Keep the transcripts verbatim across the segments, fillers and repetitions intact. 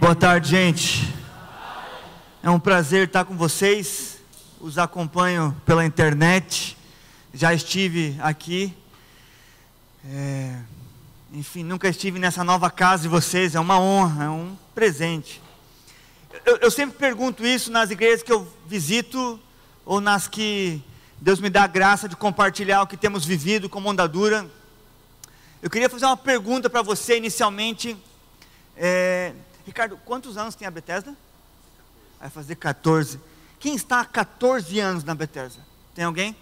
Boa tarde, gente. É um prazer estar com vocês. Os acompanho pela internet. Já estive aqui. É... Enfim, nunca estive nessa nova casa de vocês. É uma honra, é um presente. Eu, eu sempre pergunto isso nas igrejas que eu visito ou nas que Deus me dá a graça de compartilhar o que temos vivido como Ondadura. Eu queria fazer uma pergunta para você inicialmente. É... Ricardo, quantos anos tem a Bethesda? Vai fazer quatorze. Quem está há quatorze anos na Bethesda? Tem alguém?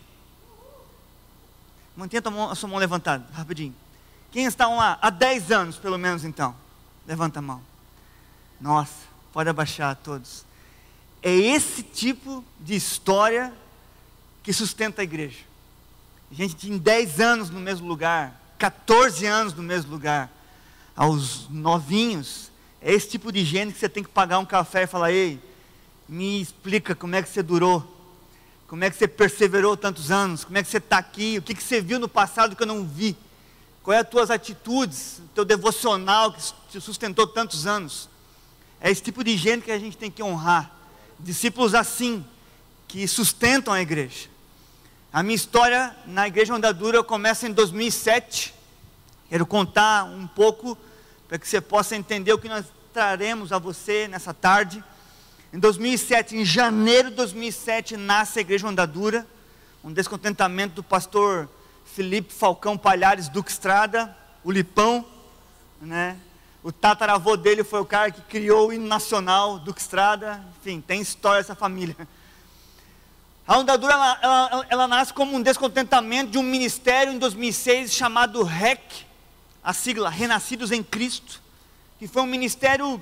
Mantenha a, mão, a sua mão levantada, rapidinho. Quem está lá há dez anos, pelo menos então? Levanta a mão. Nossa, pode abaixar todos. É esse tipo de história que sustenta a igreja. Gente tem dez anos no mesmo lugar, quatorze anos no mesmo lugar. Aos novinhos, é esse tipo de gente que você tem que pagar um café e falar: ei, me explica como é que você durou, como é que você perseverou tantos anos, como é que você está aqui, o que, que você viu no passado que eu não vi, quais as tuas atitudes, o teu devocional que te sustentou tantos anos. É esse tipo de gente que a gente tem que honrar, discípulos assim, que sustentam a igreja. A minha história na igreja Ondadura começa em dois mil e sete, quero contar um pouco, para que você possa entender o que nós traremos a você nessa tarde. Em dois mil e sete, em janeiro de dois mil e sete, nasce a igreja Ondadura, um descontentamento do pastor Felipe Falcão Palhares Duque Estrada, o Lipão, né? O tataravô dele foi o cara que criou o hino nacional Duque Estrada. Enfim, tem história essa família. A Ondadura, ela, ela, ela nasce como um descontentamento de um ministério em dois mil e seis chamado R E C, a sigla Renascidos em Cristo, que foi um ministério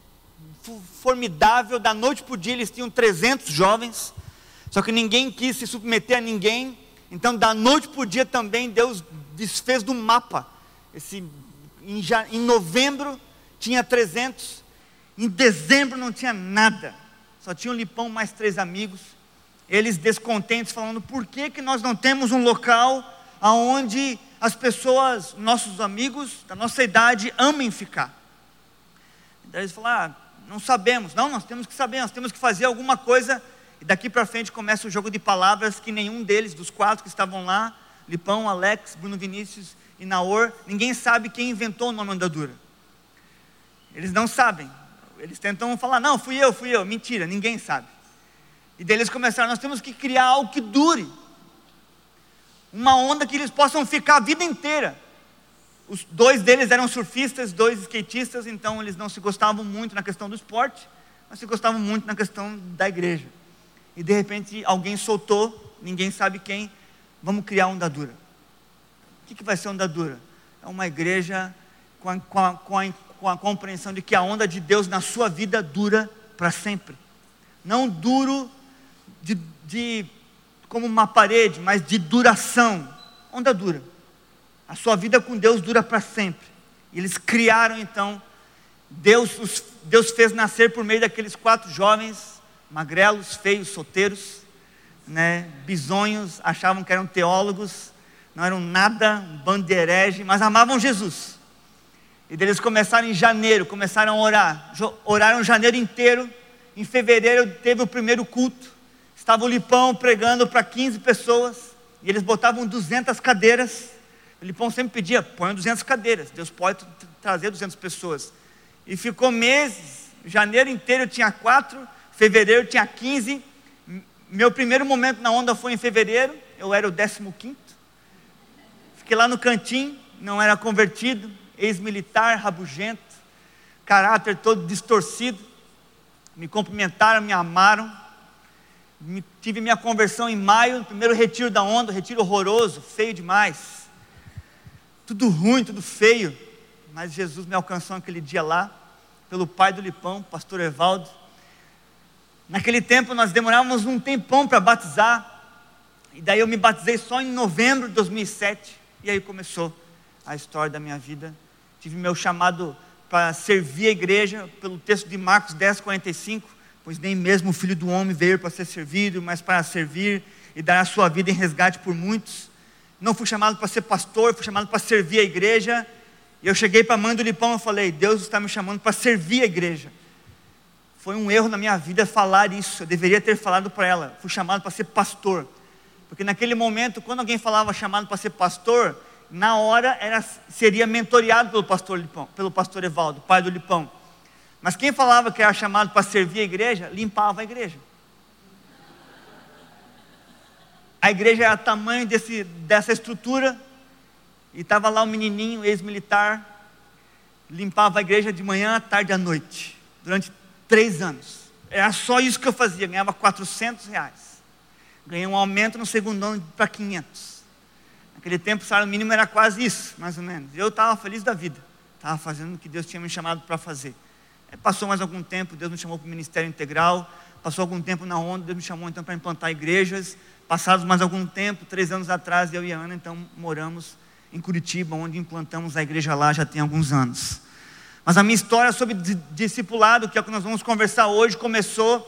formidável. Da noite para o dia eles tinham trezentos jovens, só que ninguém quis se submeter a ninguém. Então da noite para o dia também Deus desfez do mapa. Esse, em, já, em novembro tinha trezentos, em dezembro não tinha nada, só tinha o Lipão mais três amigos. Eles descontentes, falando: por que, que nós não temos um local onde as pessoas, nossos amigos da nossa idade, amem ficar? Daí eles falaram: ah, não sabemos. Não, nós temos que saber, nós temos que fazer alguma coisa. E daqui para frente começa o jogo de palavras, que nenhum deles, dos quatro que estavam lá, Lipão, Alex, Bruno Vinícius e Naor, ninguém sabe quem inventou o nome Ondadura. Eles não sabem. Eles tentam falar: não, fui eu, fui eu. Mentira, ninguém sabe. E daí eles começaram: nós temos que criar algo que dure, uma onda que eles possam ficar a vida inteira. Os dois deles eram surfistas, dois skatistas, então eles não se gostavam muito na questão do esporte, mas se gostavam muito na questão da igreja. E de repente alguém soltou, ninguém sabe quem: vamos criar a Ondadura. O que, que vai ser a Ondadura? É uma igreja com a, com, a, com, a, com a compreensão de que a onda de Deus na sua vida dura para sempre. Não duro de, de, como uma parede, mas de duração. Ondadura. A sua vida com Deus dura para sempre. E eles criaram então, Deus, os, Deus fez nascer por meio daqueles quatro jovens, magrelos, feios, solteiros, né, bizonhos, achavam que eram teólogos, não eram nada, um bando de herege, mas amavam Jesus. E daí eles começaram em janeiro, começaram a orar, oraram janeiro inteiro. Em fevereiro teve o primeiro culto, estava o Lipão pregando para quinze pessoas, e eles botavam duzentas cadeiras. O Lipão sempre pedia: põe duzentas cadeiras, Deus pode trazer duzentas pessoas. E ficou meses, janeiro inteiro tinha quatro, fevereiro tinha quinze. Meu primeiro momento na onda foi em fevereiro, eu era o décimo quinto. Fiquei lá no cantinho, não era convertido, ex-militar, rabugento, caráter todo distorcido. Me cumprimentaram, me amaram. Me, tive minha conversão em maio, no primeiro retiro da onda, retiro horroroso, feio demais. Tudo ruim, tudo feio, mas Jesus me alcançou naquele dia lá, pelo pai do Lipão, pastor Evaldo. Naquele tempo nós demorávamos um tempão para batizar, e daí eu me batizei só em novembro de dois mil e sete, e aí começou a história da minha vida. Tive meu chamado para servir a igreja, pelo texto de Marcos dez, quarenta e cinco, pois nem mesmo o Filho do Homem veio para ser servido, mas para servir e dar a sua vida em resgate por muitos. Não fui chamado para ser pastor, fui chamado para servir a igreja. E eu cheguei para a mãe do Lipão e falei: Deus está me chamando para servir a igreja. Foi um erro na minha vida falar isso. Eu deveria ter falado para ela. Fui chamado para ser pastor. Porque naquele momento, quando alguém falava chamado para ser pastor, na hora era, seria mentoreado pelo pastor Lipão, pelo pastor Evaldo, pai do Lipão. Mas quem falava que era chamado para servir a igreja, limpava a igreja. A igreja era o tamanho desse, dessa estrutura, e estava lá um menininho, ex-militar, limpava a igreja de manhã, à tarde e à noite, durante três anos. Era só isso que eu fazia, ganhava quatrocentos reais. Ganhei um aumento no segundo ano para quinhentos. Naquele tempo o salário mínimo era quase isso, mais ou menos. Eu estava feliz da vida, estava fazendo o que Deus tinha me chamado para fazer. Aí passou mais algum tempo, Deus me chamou para o Ministério Integral. Passou algum tempo na onda, Deus me chamou então para implantar igrejas. Passados mais algum tempo, três anos atrás, eu e a Ana então moramos em Curitiba, onde implantamos a igreja lá já tem alguns anos. Mas a minha história sobre discipulado, que é o que nós vamos conversar hoje, começou,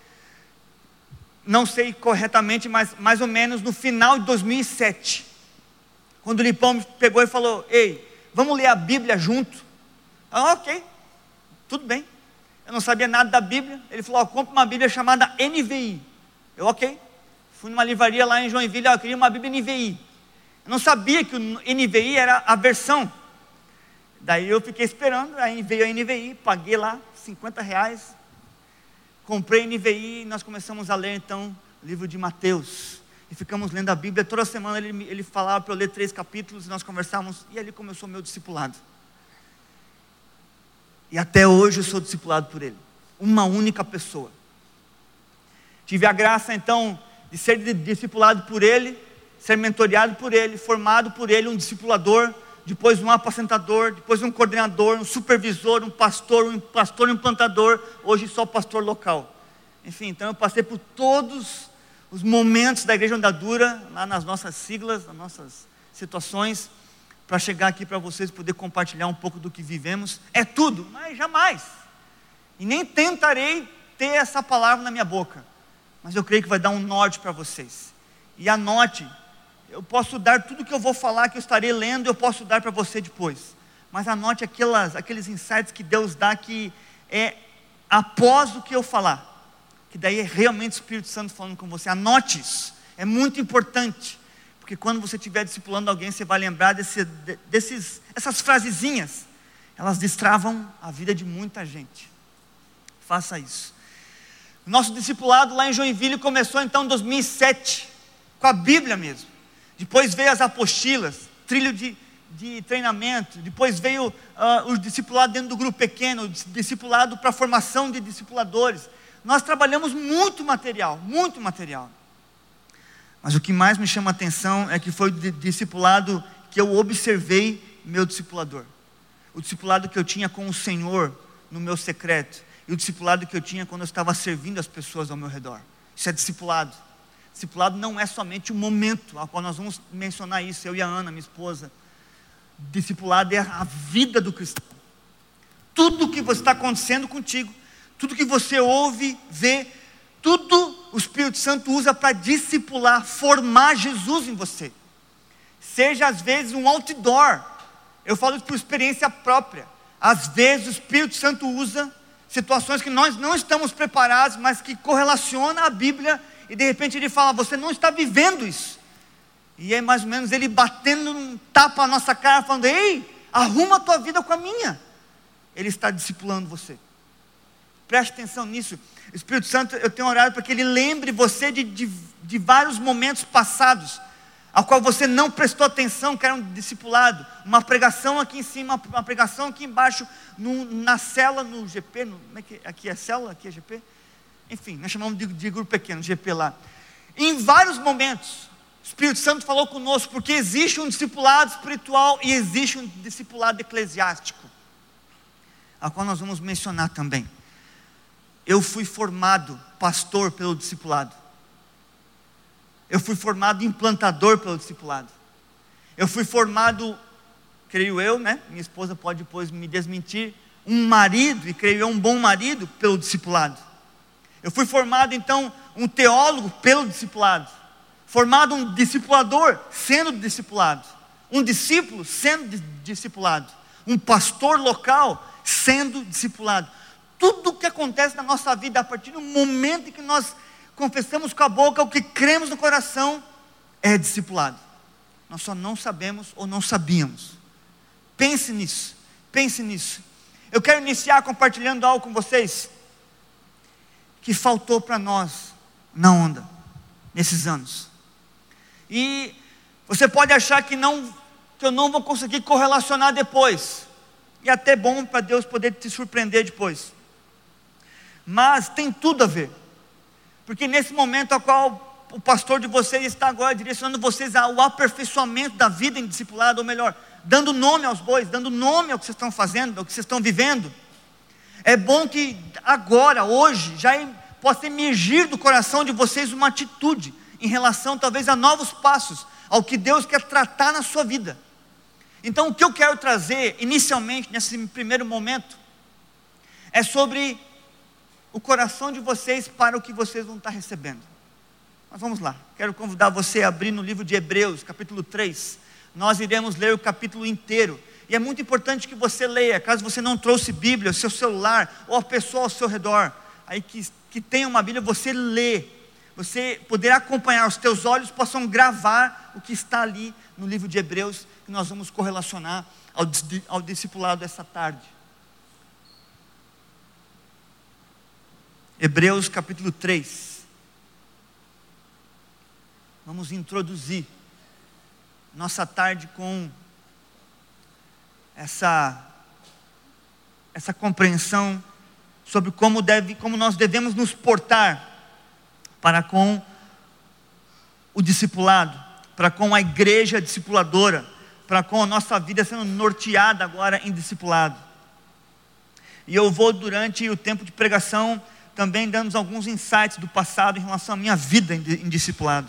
não sei corretamente, mas mais ou menos no final de dois mil e sete. Quando o Lipão me pegou e falou: ei, vamos ler a Bíblia junto? Ah, ok, tudo bem. Eu não sabia nada da Bíblia. Ele falou: oh, compra uma Bíblia chamada N V I. Eu, ok. Fui numa livraria lá em Joinville, eu queria uma Bíblia N V I. Eu não sabia que o N V I era a versão. Daí eu fiquei esperando, aí veio a N V I, paguei lá cinquenta reais, comprei a N V I e nós começamos a ler então o livro de Mateus. E ficamos lendo a Bíblia, toda semana ele, ele falava para eu ler três capítulos, e nós conversávamos, e ali começou o meu discipulado. E até hoje eu sou discipulado por ele, uma única pessoa. Tive a graça então de ser discipulado por ele, ser mentoreado por ele, formado por ele, um discipulador, depois um apacentador, depois um coordenador, um supervisor, um pastor, um pastor implantador, hoje só pastor local. Enfim, então eu passei por todos os momentos da Igreja Andadura, lá nas nossas siglas, nas nossas situações, para chegar aqui para vocês, poder compartilhar um pouco do que vivemos. É tudo, mas jamais. E nem tentarei ter essa palavra na minha boca, mas eu creio que vai dar um norte para vocês. E anote, eu posso dar tudo que eu vou falar, que eu estarei lendo, eu posso dar para você depois. Mas anote aquelas, aqueles insights que Deus dá, que é após o que eu falar. Que daí é realmente o Espírito Santo falando com você. Anote isso, é muito importante. Porque quando você estiver discipulando alguém, você vai lembrar desse, desses, essas frasezinhas. Elas destravam a vida de muita gente. Faça isso. Nosso discipulado lá em Joinville começou então em dois mil e sete, com a Bíblia mesmo. Depois veio as apostilas, trilho de, de treinamento. Depois veio uh, o discipulado dentro do grupo pequeno, o discipulado para a formação de discipuladores. Nós trabalhamos muito material, muito material. Mas o que mais me chama a atenção é que foi o discipulado que eu observei meu discipulador. O discipulado que eu tinha com o Senhor no meu secreto. E o discipulado que eu tinha quando eu estava servindo as pessoas ao meu redor. Isso é discipulado. Discipulado não é somente o momento ao qual nós vamos mencionar isso, eu e a Ana, minha esposa. Discipulado é a vida do cristão. Tudo que está acontecendo contigo, tudo que você ouve, vê, tudo o Espírito Santo usa para discipular, formar Jesus em você. Seja às vezes um outdoor. Eu falo isso por experiência própria. Às vezes o Espírito Santo usa situações que nós não estamos preparados, mas que correlaciona a Bíblia. E de repente ele fala: você não está vivendo isso. E é mais ou menos ele batendo um tapa na nossa cara, falando: ei, arruma a tua vida com a minha. Ele está discipulando você. Preste atenção nisso. O Espírito Santo, eu tenho orado para que ele lembre você de, de, de vários momentos passados, ao qual você não prestou atenção, que era um discipulado. Uma pregação aqui em cima, uma pregação aqui embaixo, no, na cela, no G P, no, como é que, aqui é cela, aqui é G P? Enfim, nós chamamos de, de grupo pequeno, G P lá. Em vários momentos, o Espírito Santo falou conosco, porque existe um discipulado espiritual e existe um discipulado eclesiástico, a qual nós vamos mencionar também. Eu fui formado pastor pelo discipulado. Eu fui formado implantador pelo discipulado. Eu fui formado, creio eu, né? Minha esposa pode depois me desmentir, um marido, e creio eu um bom marido, pelo discipulado. Eu fui formado então um teólogo pelo discipulado. Formado um discipulador sendo discipulado. Um discípulo sendo discipulado. Um pastor local sendo discipulado. tudo o que acontece na nossa vida, a partir do momento em que nós confessamos com a boca o que cremos no coração, é discipulado. Nós só não sabemos ou não sabíamos. Pense nisso, pense nisso. Eu quero iniciar compartilhando algo com vocês que faltou para nós na onda, nesses anos. E você pode achar que, não, que eu não vou conseguir correlacionar depois. E até bom para Deus poder te surpreender depois. Mas tem tudo a ver. Porque nesse momento ao qual o pastor de vocês está agora direcionando vocês ao aperfeiçoamento da vida em discipulado, ou melhor, dando nome aos bois, dando nome ao que vocês estão fazendo, ao que vocês estão vivendo. É bom que agora, hoje, já possa emergir do coração de vocês uma atitude em relação talvez a novos passos, ao que Deus quer tratar na sua vida. Então o que eu quero trazer inicialmente, nesse primeiro momento, é sobre o coração de vocês para o que vocês vão estar recebendo. Mas vamos lá, quero convidar você a abrir no livro de Hebreus, capítulo três, nós iremos ler o capítulo inteiro, e é muito importante que você leia, caso você não trouxe Bíblia, o seu celular, ou a pessoa ao seu redor, aí que, que tenha uma Bíblia, você lê, você poder acompanhar, os teus olhos possam gravar o que está ali no livro de Hebreus, que nós vamos correlacionar ao, ao discipulado essa tarde. Hebreus capítulo três. Vamos introduzir nossa tarde com essa, essa compreensão sobre como, deve, como nós devemos nos portar para com o discipulado, para com a igreja discipuladora, para com a nossa vida sendo norteada agora em discipulado. E eu vou, durante o tempo de pregação, também dando alguns insights do passado em relação à minha vida em, em discipulado.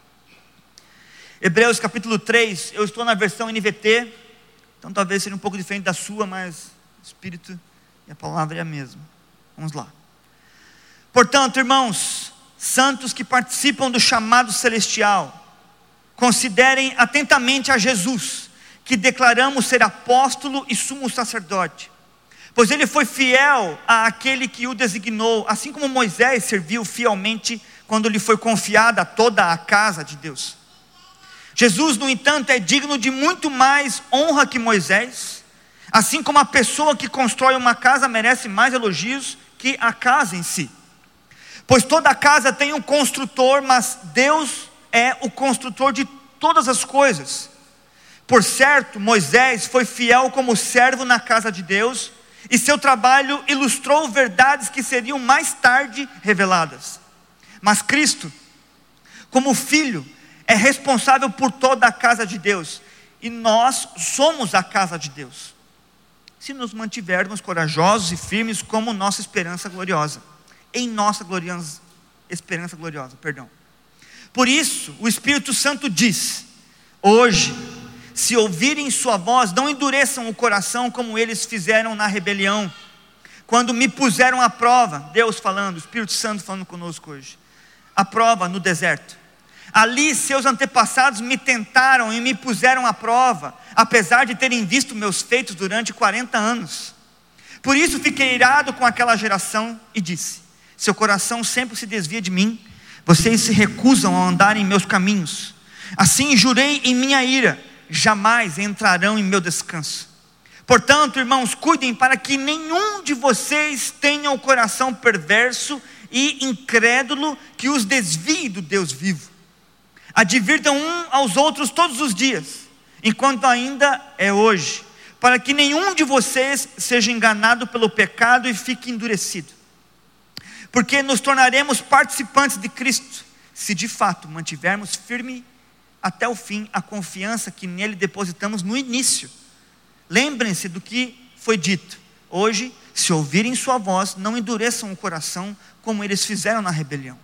Hebreus capítulo três, eu estou na versão N V T, então talvez seja um pouco diferente da sua, mas o Espírito e a palavra é a mesma. Vamos lá. Portanto, irmãos, santos que participam do chamado celestial, considerem atentamente a Jesus, que declaramos ser apóstolo e sumo sacerdote, pois ele foi fiel àquele que o designou, assim como Moisés serviu fielmente quando lhe foi confiada toda a casa de Deus. Jesus, no entanto, é digno de muito mais honra que Moisés, assim como a pessoa que constrói uma casa merece mais elogios que a casa em si. Pois toda casa tem um construtor, mas Deus é o construtor de todas as coisas. Por certo, Moisés foi fiel como servo na casa de Deus, e seu trabalho ilustrou verdades que seriam mais tarde reveladas. Mas Cristo, como filho, é responsável por toda a casa de Deus, e nós somos a casa de Deus, se nos mantivermos corajosos e firmes como nossa esperança gloriosa, em nossa gloriosa, esperança gloriosa, perdão. Por isso, o Espírito Santo diz: hoje, se ouvirem sua voz, não endureçam o coração como eles fizeram na rebelião, quando me puseram à prova, Deus falando, o Espírito Santo falando conosco hoje, à prova no deserto. Ali seus antepassados me tentaram e me puseram à prova, apesar de terem visto meus feitos durante quarenta anos. Por isso fiquei irado com aquela geração e disse: seu coração sempre se desvia de mim, vocês se recusam a andar em meus caminhos. Assim jurei em minha ira, jamais entrarão em meu descanso. Portanto, irmãos, cuidem para que nenhum de vocês tenha o coração perverso e incrédulo que os desvie do Deus vivo. Advirtam um aos outros todos os dias, enquanto ainda é hoje, para que nenhum de vocês seja enganado pelo pecado e fique endurecido. Porque nos tornaremos participantes de Cristo, se de fato mantivermos firme até o fim a confiança que nele depositamos no início. Lembrem-se do que foi dito: hoje, se ouvirem sua voz, não endureçam o coração como eles fizeram na rebelião.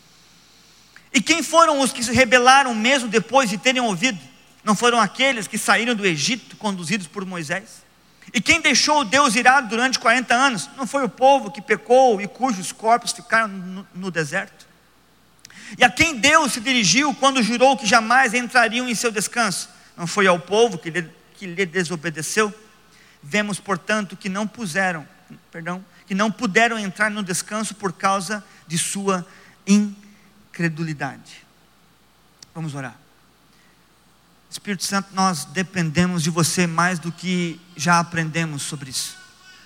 E quem foram os que se rebelaram mesmo depois de terem ouvido? Não foram aqueles que saíram do Egito conduzidos por Moisés? E quem deixou Deus irado durante quarenta anos? Não foi o povo que pecou e cujos corpos ficaram no, no deserto? E a quem Deus se dirigiu quando jurou que jamais entrariam em seu descanso? Não foi ao povo que lhe, que lhe desobedeceu? Vemos, portanto, que não puseram, perdão, que não puderam entrar no descanso por causa de sua incredulidade. Vamos orar. Espírito Santo, nós dependemos de você mais do que já aprendemos sobre isso.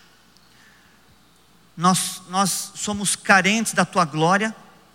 Nós, nós somos carentes da tua glória.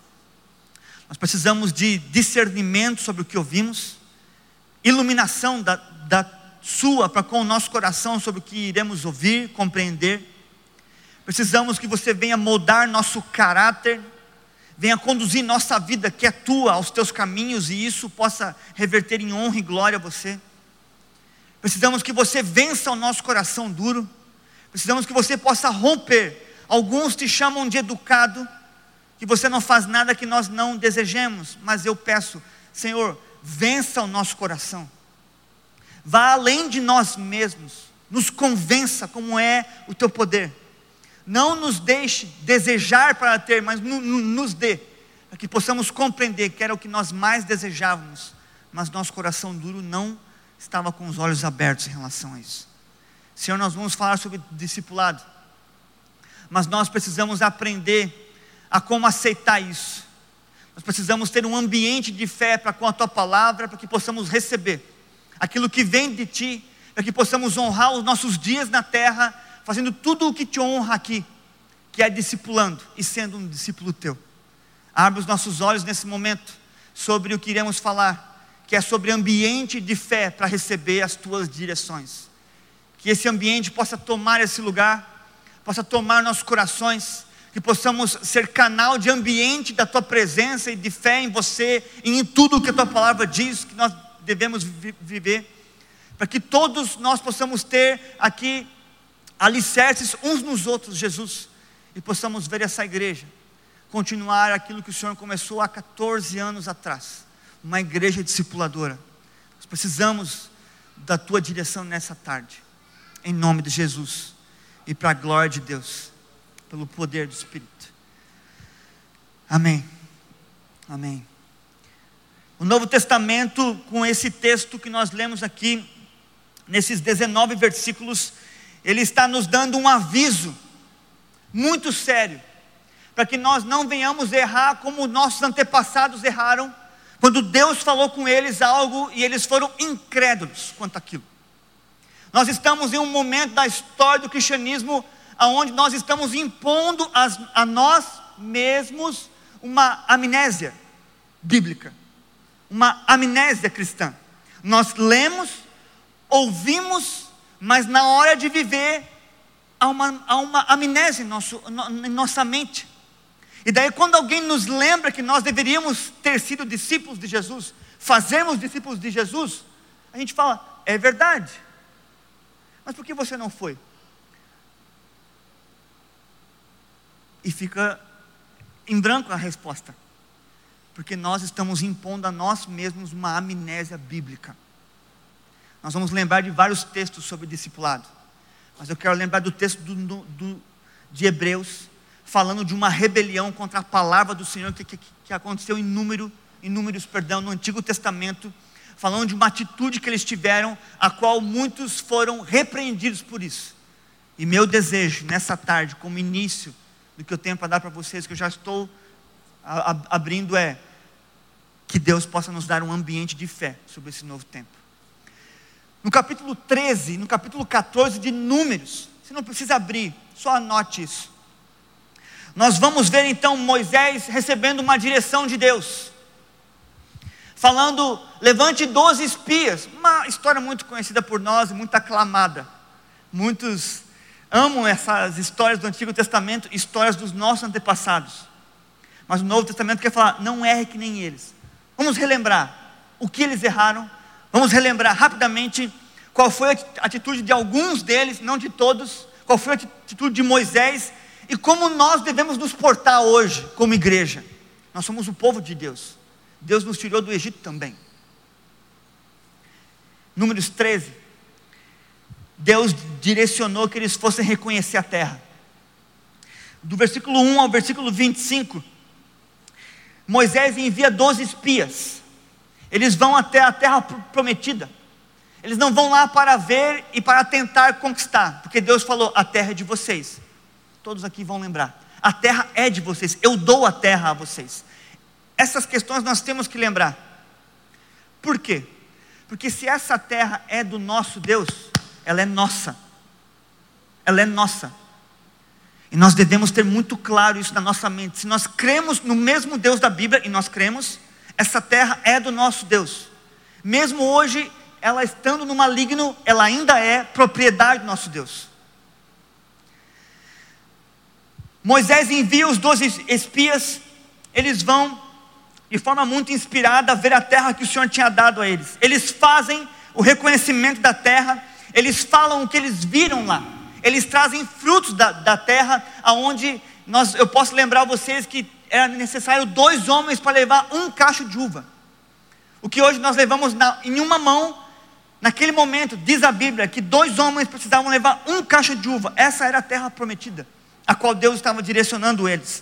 Nós precisamos de discernimento sobre o que ouvimos, iluminação da, da sua para com o nosso coração sobre o que iremos ouvir, compreender. Precisamos que você venha moldar nosso caráter, venha conduzir nossa vida que é tua aos teus caminhos, e isso possa reverter em honra e glória a você. Precisamos que você vença o nosso coração duro. Precisamos que você possa romper. Alguns te chamam de educado, que você não faz nada que nós não desejemos, mas eu peço, Senhor, vença o nosso coração, vá além de nós mesmos, nos convença como é o teu poder, não nos deixe desejar para ter, mas no, no, nos dê, para que possamos compreender que era o que nós mais desejávamos, mas nosso coração duro não estava com os olhos abertos em relação a isso. Senhor, nós vamos falar sobre discipulado, mas nós precisamos aprender a como aceitar isso. Nós precisamos ter um ambiente de fé para com a tua palavra, para que possamos receber aquilo que vem de ti, para que possamos honrar os nossos dias na terra, fazendo tudo o que te honra aqui, que é discipulando e sendo um discípulo teu. Abre os nossos olhos nesse momento sobre o que iremos falar, que é sobre ambiente de fé para receber as tuas direções. Que esse ambiente possa tomar esse lugar, possa tomar nossos corações, que possamos ser canal de ambiente da tua presença e de fé em você e em tudo o que a tua palavra diz que nós devemos vi- viver, para que todos nós possamos ter aqui alicerces uns nos outros, Jesus, e possamos ver essa igreja continuar aquilo que o Senhor começou há quatorze anos atrás, uma igreja discipuladora. Nós precisamos da tua direção nessa tarde, em nome de Jesus e para a glória de Deus, pelo poder do Espírito. Amém. Amém. O Novo Testamento, com esse texto que nós lemos aqui, nesses dezenove versículos, ele está nos dando um aviso muito sério, para que nós não venhamos errar como nossos antepassados erraram, quando Deus falou com eles algo e eles foram incrédulos quanto àquilo. Nós estamos em um momento da história do cristianismo onde nós estamos impondo as, a nós mesmos uma amnésia bíblica, uma amnésia cristã. Nós lemos, ouvimos, mas na hora de viver há uma, há uma amnésia em, nosso, em nossa mente. E daí quando alguém nos lembra que nós deveríamos ter sido discípulos de Jesus, fazermos discípulos de Jesus, a gente fala, é verdade, mas por que você não foi? E fica em branco a resposta, porque nós estamos impondo a nós mesmos uma amnésia bíblica. Nós vamos lembrar de vários textos sobre discipulado, mas eu quero lembrar do texto do, do, de Hebreus, falando de uma rebelião contra a palavra do Senhor, que, que, que aconteceu em número, em números, perdão, no Antigo Testamento, falando de uma atitude que eles tiveram, a qual muitos foram repreendidos por isso. E meu desejo, nessa tarde, como início do que eu tenho para dar para vocês, que eu já estou a, a, abrindo, é que Deus possa nos dar um ambiente de fé sobre esse novo tempo. No capítulo treze, no capítulo quatorze de Números, você não precisa abrir, só anote isso. Nós vamos ver então Moisés recebendo uma direção de Deus, falando, levante doze espias, uma história muito conhecida por nós e muito aclamada. Muitos amam essas histórias do Antigo Testamento, histórias dos nossos antepassados. Mas o Novo Testamento quer falar, não erre que nem eles. Vamos relembrar o que eles erraram. Vamos relembrar rapidamente qual foi a atitude de alguns deles, não de todos. Qual foi a atitude de Moisés e como nós devemos nos portar hoje como igreja. Nós somos o povo de Deus. Deus nos tirou do Egito também. Números treze. Deus direcionou que eles fossem reconhecer a terra. Do versículo um ao versículo vinte e cinco, Moisés envia doze espias. Eles vão até a terra prometida. Eles não vão lá para ver e para tentar conquistar, porque Deus falou, a terra é de vocês. todos aqui vão lembrar. A terra é de vocês, eu dou a terra a vocês. Essas questões nós temos que lembrar. Por quê? Porque se essa terra é do nosso Deus, ela é nossa. Ela é nossa. E nós devemos ter muito claro isso na nossa mente. Se nós cremos no mesmo Deus da Bíblia, e nós cremos, essa terra é do nosso Deus. Mesmo hoje, ela estando no maligno, ela ainda é propriedade do nosso Deus. Moisés envia os doze espias, eles vão de forma muito inspirada ver a terra que o Senhor tinha dado a eles. Eles fazem o reconhecimento da terra, eles falam o que eles viram lá, eles trazem frutos da, da terra, aonde nós, eu posso lembrar vocês que era necessário dois homens para levar um cacho de uva. O que hoje nós levamos na, em uma mão, naquele momento, diz a Bíblia, que dois homens precisavam levar um cacho de uva. Essa era a terra prometida, a qual Deus estava direcionando eles.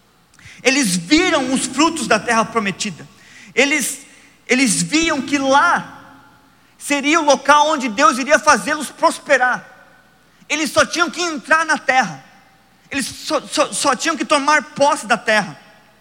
Eles viram os frutos da terra prometida. Eles, eles viam que lá seria o local onde Deus iria fazê-los prosperar. Eles só tinham que entrar na terra. Eles só, só, só tinham que tomar posse da terra.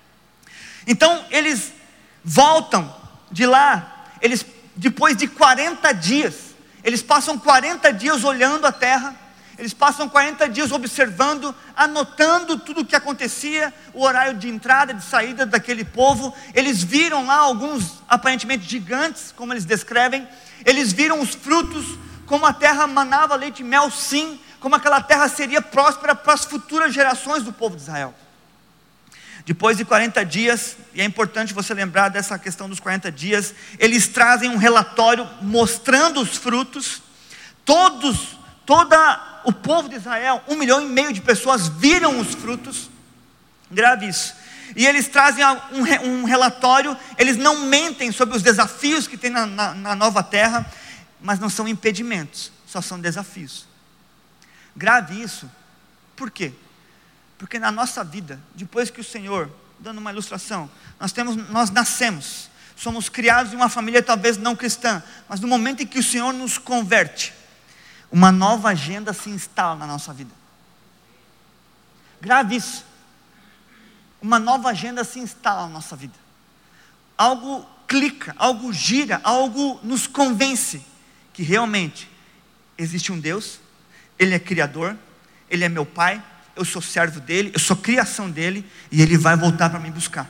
Então eles voltam de lá. Eles, depois de quarenta dias, eles passam quarenta dias olhando a terra. Eles passam quarenta dias observando, anotando tudo o que acontecia, o horário de entrada e de saída daquele povo. Eles viram lá alguns aparentemente gigantes, como eles descrevem. Eles viram os frutos, como a terra manava leite e mel, sim, como aquela terra seria próspera para as futuras gerações do povo de Israel. Depois de quarenta dias, e é importante você lembrar dessa questão dos quarenta dias, eles trazem um relatório mostrando os frutos. Todos, toda o povo de Israel, um milhão e meio de pessoas viram os frutos. Grave isso. E eles trazem um, um relatório. Eles não mentem sobre os desafios que tem na, na, na nova terra, mas não são impedimentos, só são desafios. Grave isso. Por quê? Porque na nossa vida, depois que o Senhor, dando uma ilustração, nós temos, nós nascemos, somos criados em uma família talvez não cristã, mas no momento em que o Senhor nos converte, uma nova agenda se instala na nossa vida. Grave isso. Uma nova agenda se instala na nossa vida. Algo clica, algo gira, algo nos convence que realmente existe um Deus, Ele é Criador, Ele é meu Pai, eu sou servo dEle, eu sou criação dEle, e Ele vai voltar para me buscar.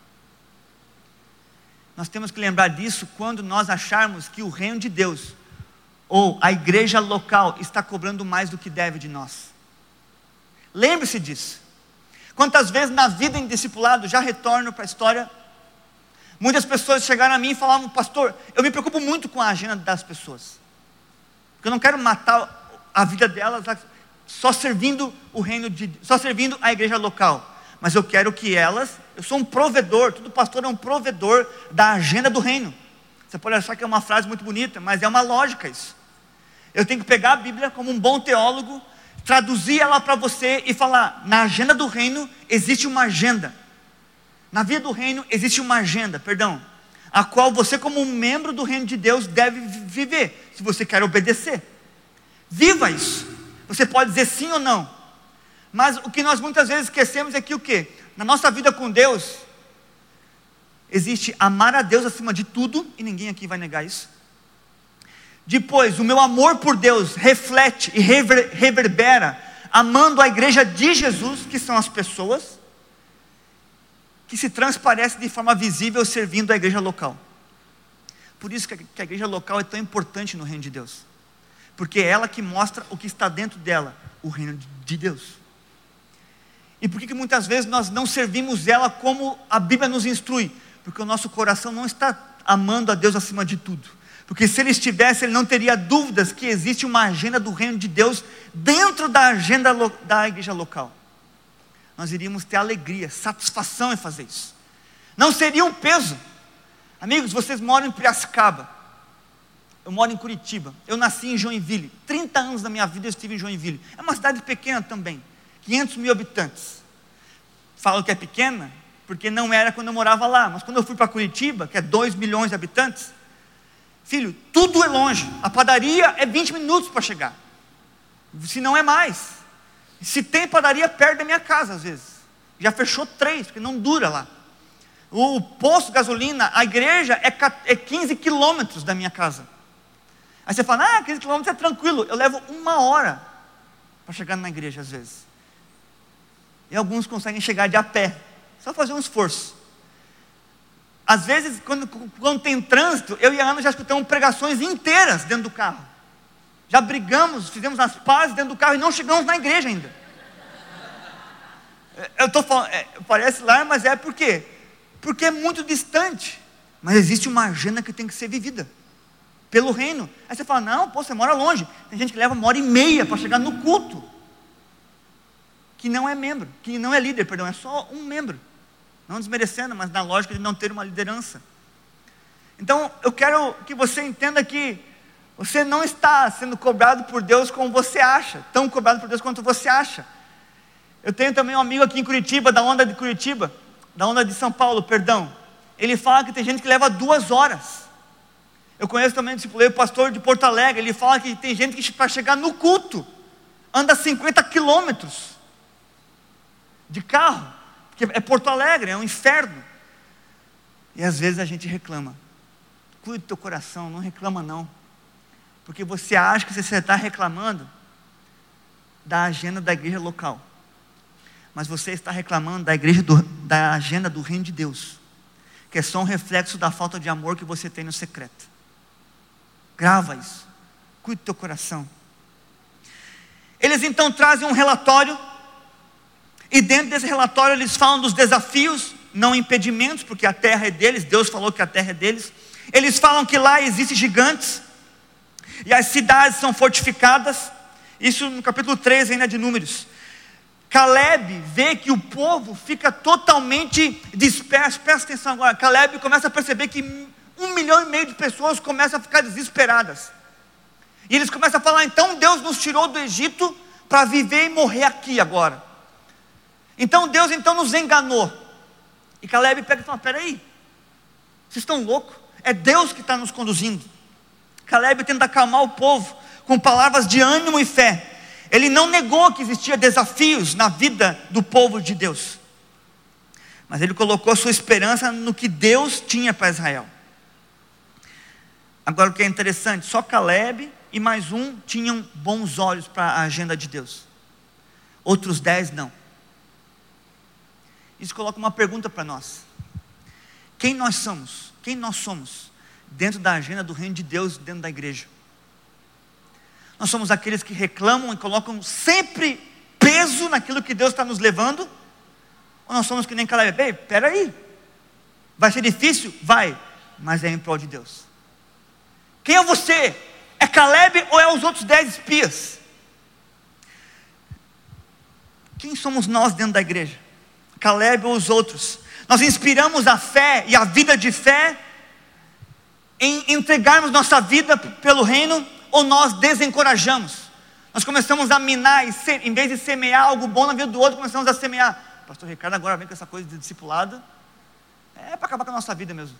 Nós temos que lembrar disso quando nós acharmos que o reino de Deus, ou a igreja local, está cobrando mais do que deve de nós. Lembre-se disso. Quantas vezes na vida em discipulado, já retorno para a história, muitas pessoas chegaram a mim e falavam: pastor, eu me preocupo muito com a agenda das pessoas, porque eu não quero matar a vida delas só servindo o reino de, só servindo a igreja local, mas eu quero que elas, eu sou um provedor, todo pastor é um provedor da agenda do reino. Você pode achar que é uma frase muito bonita, mas é uma lógica isso. Eu tenho que pegar a Bíblia como um bom teólogo, traduzir ela para você e falar: na agenda do reino existe uma agenda. Na vida do reino existe uma agenda, perdão, a qual você, como um membro do reino de Deus, deve viver, se você quer obedecer. Viva isso. Você pode dizer sim ou não, mas o que nós muitas vezes esquecemos é que o quê? Na nossa vida com Deus, existe amar a Deus acima de tudo, e ninguém aqui vai negar isso. Depois, o meu amor por Deus reflete e rever, reverbera, amando a igreja de Jesus, que são as pessoas, que se transparece de forma visível servindo a igreja local. Por isso que a igreja local é tão importante no reino de Deus, porque é ela que mostra o que está dentro dela, o reino de Deus. E por que que muitas vezes nós não servimos ela como a Bíblia nos instrui? Porque o nosso coração não está amando a Deus acima de tudo. Porque se ele estivesse, ele não teria dúvidas que existe uma agenda do reino de Deus dentro da agenda da igreja local. Nós iríamos ter alegria, satisfação em fazer isso. Não seria um peso. Amigos, vocês moram em Piracicaba, eu moro em Curitiba, eu nasci em Joinville, trinta anos da minha vida eu estive em Joinville. É uma cidade pequena também, quinhentos mil habitantes. Falo que é pequena porque não era quando eu morava lá, mas quando eu fui para Curitiba, que é dois milhões de habitantes, filho, tudo é longe. A padaria é vinte minutos para chegar, se não é mais. Se tem padaria perto da minha casa, às vezes. Já fechou três, porque não dura lá. O posto de gasolina, a igreja é quinze quilômetros da minha casa. Aí você fala, ah, quinze quilômetros é tranquilo. Eu levo uma hora para chegar na igreja, às vezes. E alguns conseguem chegar de a pé. Só fazer um esforço. Às vezes, quando, quando tem trânsito, eu e a Ana já escutamos pregações inteiras dentro do carro. Já brigamos, fizemos as pazes dentro do carro e não chegamos na igreja ainda. Eu estou falando, é, parece lá, mas é por quê? Porque é muito distante. Mas existe uma agenda que tem que ser vivida pelo reino. Aí você fala, não, pô, você mora longe. Tem gente que leva uma hora e meia para chegar no culto, que não é membro, que não é líder, perdão, é só um membro. Não desmerecendo, mas na lógica de não ter uma liderança. Então, eu quero que você entenda que você não está sendo cobrado por Deus como você acha, tão cobrado por Deus quanto você acha. Eu tenho também um amigo aqui em Curitiba, da onda de Curitiba, da onda de São Paulo, perdão. Ele fala que tem gente que leva duas horas. Eu conheço também, discipulei o pastor de Porto Alegre, ele fala que tem gente que para chegar no culto, anda cinquenta quilômetros de carro. Porque é Porto Alegre, é um inferno. E às vezes a gente reclama. Cuide do teu coração, não reclama não. Porque você acha que você está reclamando da agenda da igreja local. Mas você está reclamando da, igreja do, da agenda do reino de Deus. Que é só um reflexo da falta de amor que você tem no secreto. Grava isso. Cuide do teu coração. Eles então trazem um relatório. E dentro desse relatório eles falam dos desafios, não impedimentos, porque a terra é deles, Deus falou que a terra é deles. Eles falam que lá existem gigantes, e as cidades são fortificadas, isso no capítulo três ainda de Números. Caleb vê que o povo fica totalmente disperso, presta atenção agora, Caleb começa a perceber que um milhão e meio de pessoas começam a ficar desesperadas, e eles começam a falar, então Deus nos tirou do Egito, para viver e morrer aqui agora. Então Deus então nos enganou. E Caleb pega e fala, peraí, vocês estão loucos? É Deus que está nos conduzindo. Caleb tenta acalmar o povo com palavras de ânimo e fé. Ele não negou que existia desafios na vida do povo de Deus, mas ele colocou a sua esperança no que Deus tinha para Israel. Agora o que é interessante, só Caleb e mais um tinham bons olhos para a agenda de Deus. Outros dez não. Isso coloca uma pergunta para nós. Quem nós somos? Quem nós somos dentro da agenda do reino de Deus, dentro da igreja? Nós somos aqueles que reclamam e colocam sempre peso naquilo que Deus está nos levando? Ou nós somos que nem Caleb? Ei, peraí, vai ser difícil? Vai, mas é em prol de Deus. Quem é você? É Caleb ou é os outros dez espias? Quem somos nós dentro da igreja? Caleb ou os outros? Nós inspiramos a fé e a vida de fé em entregarmos nossa vida pelo reino, ou nós desencorajamos? Nós começamos a minar, e se, em vez de semear algo bom na vida do outro, começamos a semear. Pastor Ricardo agora vem com essa coisa de discipulado, é para acabar com a nossa vida mesmo.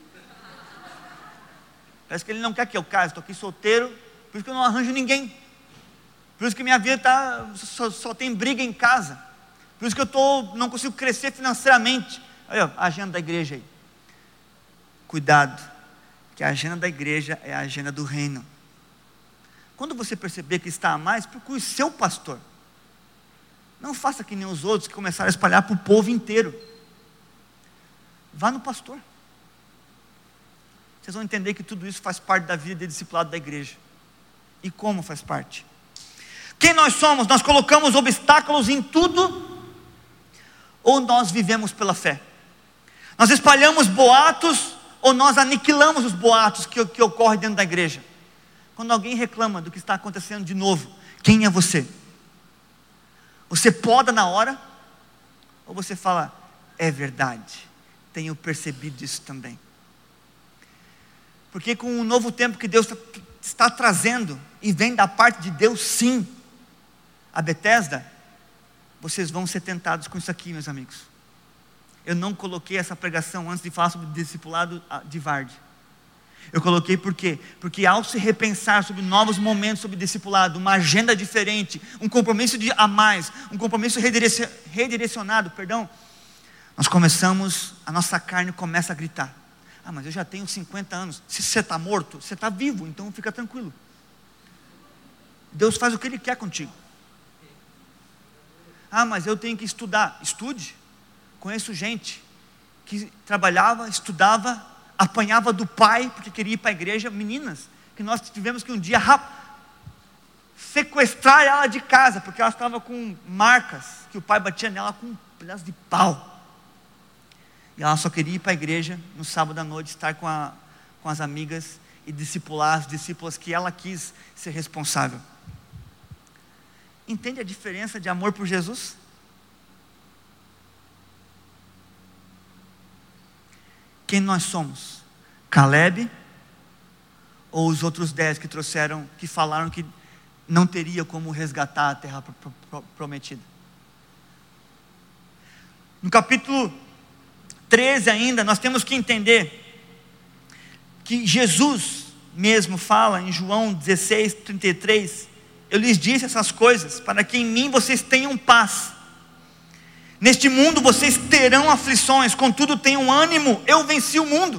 Parece que ele não quer que eu case, estou aqui solteiro, por isso que eu não arranjo ninguém, por isso que minha vida tá, só, só tem briga em casa, por isso que eu tô, não consigo crescer financeiramente. Olha a agenda da igreja aí. Cuidado, que a agenda da igreja é a agenda do reino. Quando você perceber que está a mais, procure seu pastor. Não faça que nem os outros que começaram a espalhar para o povo inteiro. Vá no pastor. Vocês vão entender que tudo isso faz parte da vida de discipulado da igreja. E como faz parte? Quem nós somos? Nós colocamos obstáculos em tudo, ou nós vivemos pela fé? Nós espalhamos boatos, ou nós aniquilamos os boatos que, que ocorrem dentro da igreja? Quando alguém reclama do que está acontecendo de novo, quem é você? Você poda na hora? Ou você fala, é verdade, tenho percebido isso também? Porque com o novo tempo que Deus está trazendo, e vem da parte de Deus sim, a Bethesda, vocês vão ser tentados com isso aqui, meus amigos. Eu não coloquei essa pregação antes de falar sobre o discipulado de Varde. Eu coloquei por quê? Porque ao se repensar sobre novos momentos sobre discipulado, uma agenda diferente, um compromisso de a mais, um compromisso redirecion, redirecionado, perdão, nós começamos, a nossa carne começa a gritar: ah, mas eu já tenho cinquenta anos. Se você está morto, você está vivo, então fica tranquilo. Deus faz o que Ele quer contigo. Ah, mas eu tenho que estudar. Estude. Conheço gente que trabalhava, estudava, apanhava do pai porque queria ir para a igreja. Meninas que nós tivemos que um dia rap... sequestrar ela de casa porque ela estava com marcas que o pai batia nela com um pedaço de pau. E ela só queria ir para a igreja no sábado à noite, estar com, a, com as amigas e discipular as discípulas que ela quis ser responsável. Entende a diferença de amor por Jesus? Quem nós somos? Caleb ou os outros dez que trouxeram, que falaram que não teria como resgatar a terra prometida? No capítulo treze ainda, nós temos que entender que Jesus mesmo fala em João dezesseis, trinta e três, eu lhes disse essas coisas, para que em mim vocês tenham paz. Neste mundo vocês terão aflições, contudo tenham ânimo, eu venci o mundo.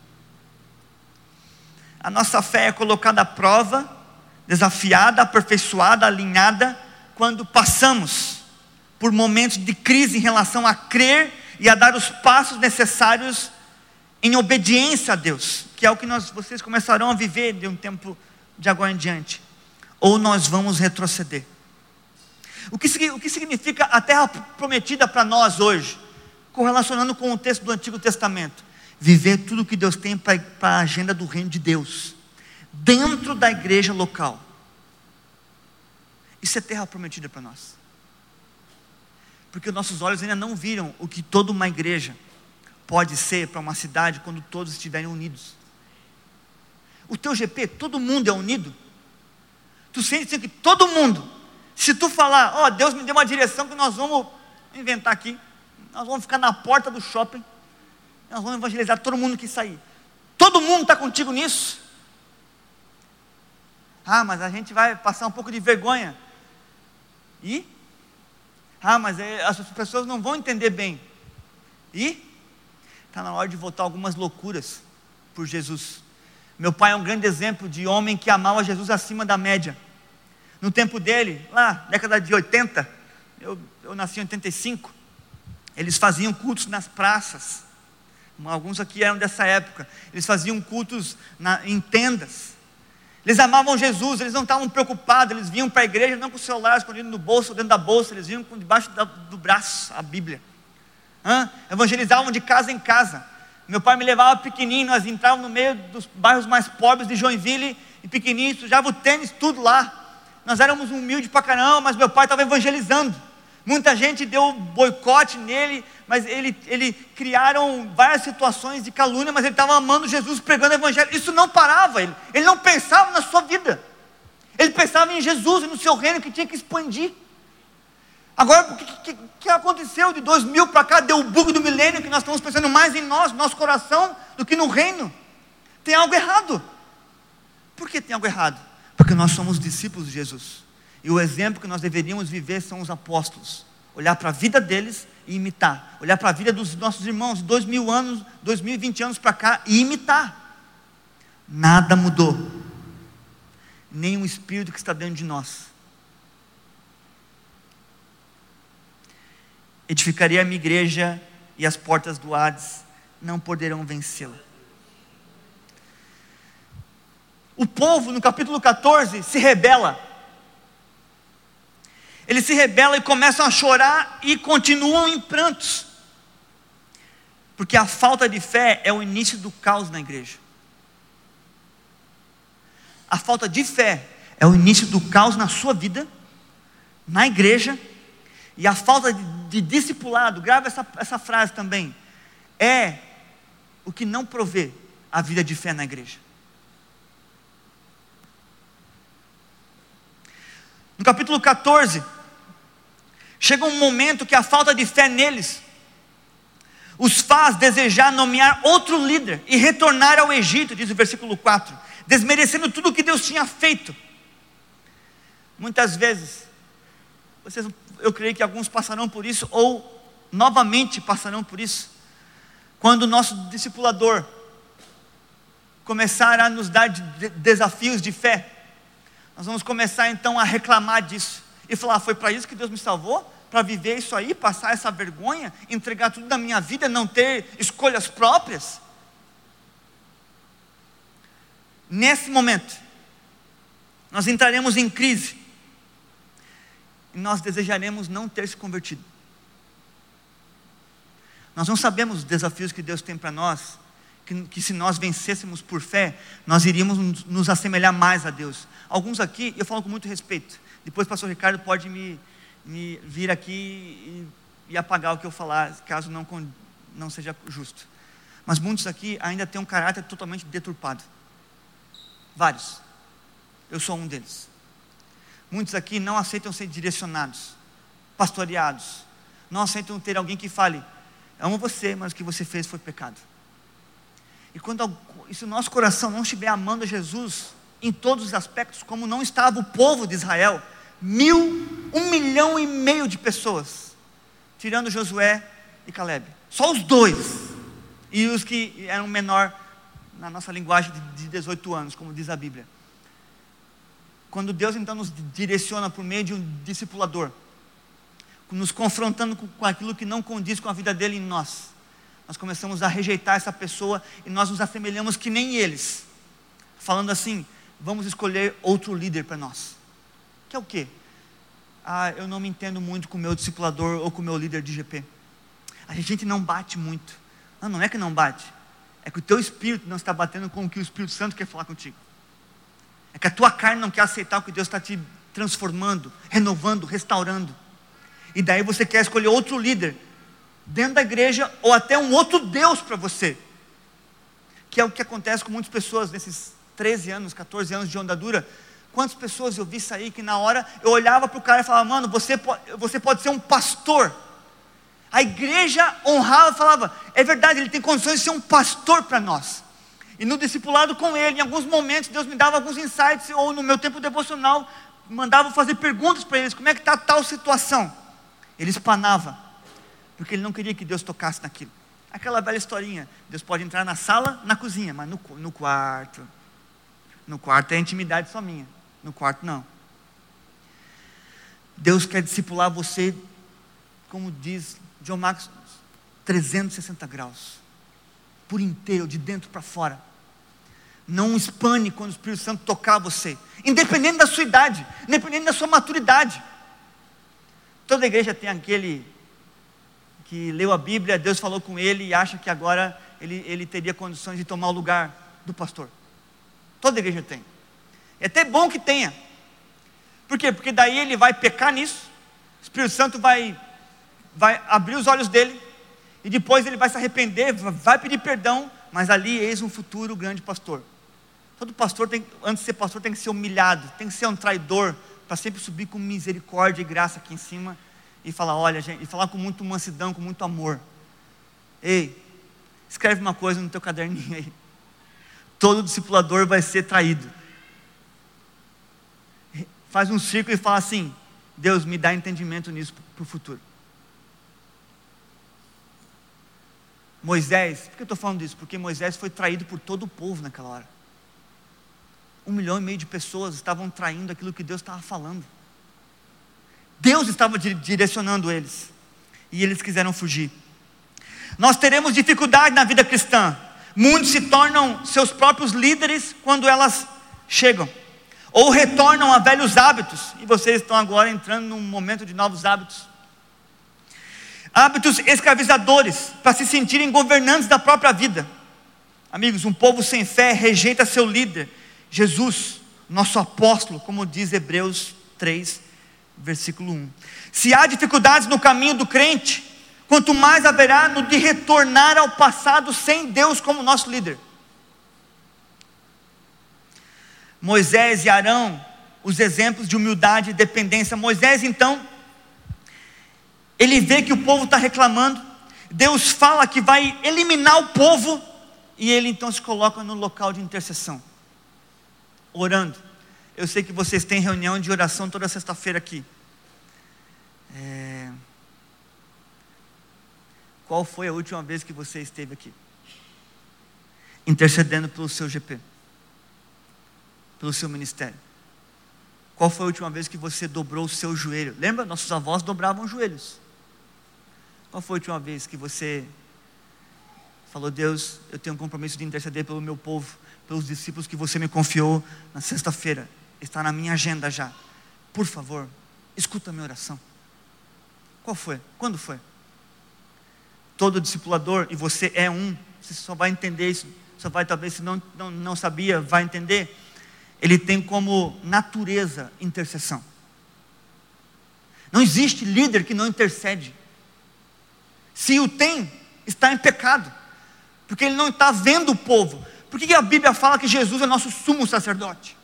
A nossa fé é colocada à prova, desafiada, aperfeiçoada, alinhada, quando passamos por momentos de crise em relação a crer e a dar os passos necessários em obediência a Deus, que é o que nós, vocês começarão a viver de um tempo de agora em diante. Ou nós vamos retroceder. O que, o que significa a terra prometida para nós hoje? Correlacionando com o texto do Antigo Testamento: viver tudo o que Deus tem para a agenda do reino de Deus, dentro da igreja local. Isso é terra prometida para nós. Porque nossos olhos ainda não viram o que toda uma igreja pode ser para uma cidade quando todos estiverem unidos. O teu G P, todo mundo é unido. Tu sente que todo mundo, se tu falar, ó, oh, Deus me deu uma direção que nós vamos inventar aqui, nós vamos ficar na porta do shopping, nós vamos evangelizar todo mundo que sair. Todo mundo está contigo nisso? Ah, mas a gente vai passar um pouco de vergonha. E? Ah, mas é, as pessoas não vão entender bem. E? Está na hora de voltar algumas loucuras por Jesus. Meu pai é um grande exemplo de homem que amava Jesus acima da média. No tempo dele, lá, década de oitenta, eu, eu nasci em oitenta e cinco, eles faziam cultos nas praças. Alguns aqui eram dessa época. Eles faziam cultos na, em tendas. Eles amavam Jesus, eles não estavam preocupados. Eles vinham para a igreja não com o celular escondido no bolso ou dentro da bolsa. Eles vinham com debaixo da, do braço a Bíblia. Hã? Evangelizavam de casa em casa. Meu pai me levava pequenininho, nós entrávamos no meio dos bairros mais pobres de Joinville, e pequenininho, sujava o tênis, tudo lá. Nós éramos humildes pra caramba, mas meu pai estava evangelizando. Muita gente deu boicote nele, mas ele, ele criaram várias situações de calúnia, mas ele estava amando Jesus, pregando o evangelho. Isso não parava, ele, ele não pensava na sua vida. Ele pensava em Jesus e no seu reino que tinha que expandir. Agora, o que, que, que aconteceu de dois mil para cá? Deu o bug do milênio, que nós estamos pensando mais em nós, no nosso coração, do que no reino. Tem algo errado. Por que tem algo errado? Porque nós somos discípulos de Jesus. E o exemplo que nós deveríamos viver são os apóstolos. Olhar para a vida deles e imitar. Olhar para a vida dos nossos irmãos, dois mil anos, dois mil e vinte anos para cá, e imitar. Nada mudou. Nem o Espírito que está dentro de nós. Edificarei a minha igreja e as portas do Hades não poderão vencê-la. O povo no capítulo catorze se rebela. Eles se rebelam e começam a chorar e continuam em prantos. Porque a falta de fé é o início do caos na igreja. A falta de fé é o início do caos na sua vida, na igreja. E a falta de, de discipulado, grava essa, essa frase também, é o que não provê a vida de fé na igreja. No capítulo catorze, chega um momento que a falta de fé neles os faz desejar nomear outro líder e retornar ao Egito, diz o versículo quatro, desmerecendo tudo o que Deus tinha feito. Muitas vezes, vocês, eu creio que alguns passarão por isso, ou novamente passarão por isso, quando o nosso discipulador começar a nos dar de desafios de fé, nós vamos começar então a reclamar disso, e falar, foi para isso que Deus me salvou? Para viver isso aí, passar essa vergonha, entregar tudo da minha vida, não ter escolhas próprias? Nesse momento, nós entraremos em crise, e nós desejaremos não ter se convertido. Nós não sabemos os desafios que Deus tem para nós, que, que se nós vencêssemos por fé, nós iríamos nos assemelhar mais a Deus. Alguns aqui, eu falo com muito respeito, depois o pastor Ricardo pode me, me vir aqui e, e apagar o que eu falar, caso não, não seja justo. Mas muitos aqui ainda têm um caráter totalmente deturpado. Vários. Eu sou um deles. Muitos aqui não aceitam ser direcionados, pastoreados, não aceitam ter alguém que fale, amo você, mas o que você fez foi pecado. E quando e se o nosso coração não estiver amando Jesus em todos os aspectos, como não estava o povo de Israel, mil, um milhão e meio de pessoas, tirando Josué e Caleb, só os dois, e os que eram menor, na nossa linguagem, de dezoito anos, como diz a Bíblia. Quando Deus então nos direciona por meio de um discipulador, nos confrontando com aquilo que não condiz com a vida dele em nós, nós começamos a rejeitar essa pessoa, e nós nos assemelhamos que nem eles, falando assim, vamos escolher outro líder para nós, que é o quê? Ah, eu não me entendo muito com o meu discipulador, ou com o meu líder de G P, a gente não bate muito. Não, não é que não bate, é que o teu espírito não está batendo com o que o Espírito Santo quer falar contigo, é que a tua carne não quer aceitar o que Deus está te transformando, renovando, restaurando, e daí você quer escolher outro líder, dentro da igreja, ou até um outro Deus para você, que é o que acontece com muitas pessoas, nesses treze anos, quatorze anos de onda dura. Quantas pessoas eu vi sair, que na hora, eu olhava para o cara e falava, mano, você pode, você pode ser um pastor, a igreja honrava, falava, é verdade, ele tem condições de ser um pastor para nós, e no discipulado com ele, em alguns momentos, Deus me dava alguns insights, ou no meu tempo devocional, mandava fazer perguntas para eles, como é que está tal situação? Ele espanava, porque ele não queria que Deus tocasse naquilo. Aquela velha historinha, Deus pode entrar na sala, na cozinha, mas no, no quarto, no quarto é intimidade só minha, no quarto não. Deus quer discipular você, como diz John Max, trezentos e sessenta graus, por inteiro, de dentro para fora. Não espane quando o Espírito Santo tocar você, independente da sua idade, independente da sua maturidade. Toda igreja tem aquele que leu a Bíblia, Deus falou com ele e acha que agora ele, ele teria condições de tomar o lugar do pastor. Toda igreja tem. É até bom que tenha. Por quê? Porque daí ele vai pecar nisso, o Espírito Santo vai, vai abrir os olhos dele, e depois ele vai se arrepender, vai pedir perdão, mas ali eis um futuro grande pastor. Todo pastor, tem, antes de ser pastor, tem que ser humilhado, tem que ser um traidor, para sempre subir com misericórdia e graça aqui em cima, e falar, olha gente, e falar com muito mansidão, com muito amor. Ei, escreve uma coisa no teu caderninho aí, todo discipulador vai ser traído. Faz um círculo e fala assim, Deus me dá entendimento nisso para o futuro. Moisés, por que eu estou falando disso? Porque Moisés foi traído por todo o povo naquela hora. Um milhão e meio de pessoas estavam traindo aquilo que Deus estava falando. Deus estava direcionando eles, e eles quiseram fugir. Nós teremos dificuldade na vida cristã. Muitos se tornam seus próprios líderes quando elas chegam, ou retornam a velhos hábitos, e vocês estão agora entrando num momento de novos hábitos. Hábitos escravizadores, para se sentirem governantes da própria vida. Amigos, um povo sem fé rejeita seu líder, Jesus, nosso apóstolo, como diz Hebreus três, versículo um. Se há dificuldades no caminho do crente, quanto mais haverá no de retornar ao passado sem Deus como nosso líder. Moisés e Arão, os exemplos de humildade e dependência. Moisés então, ele vê que o povo está reclamando, Deus fala que vai eliminar o povo, e ele então se coloca no local de intercessão, orando. Eu sei que vocês têm reunião de oração toda sexta-feira aqui. É... Qual foi a última vez que você esteve aqui? Intercedendo pelo seu G P, pelo seu ministério. Qual foi a última vez que você dobrou o seu joelho? Lembra? Nossos avós dobravam os joelhos. Qual foi a última vez que você falou: Deus, eu tenho um compromisso de interceder pelo meu povo, pelos discípulos que você me confiou na sexta-feira, está na minha agenda já, por favor, escuta a minha oração. Qual foi? Quando foi? Todo discipulador, e você é um, você só vai entender isso, só vai, talvez, se não, não, não sabia, vai entender. Ele tem como natureza intercessão. Não existe líder que não intercede. Se o tem, está em pecado, porque ele não está vendo o povo. Por que a Bíblia fala que Jesus é nosso sumo sacerdote?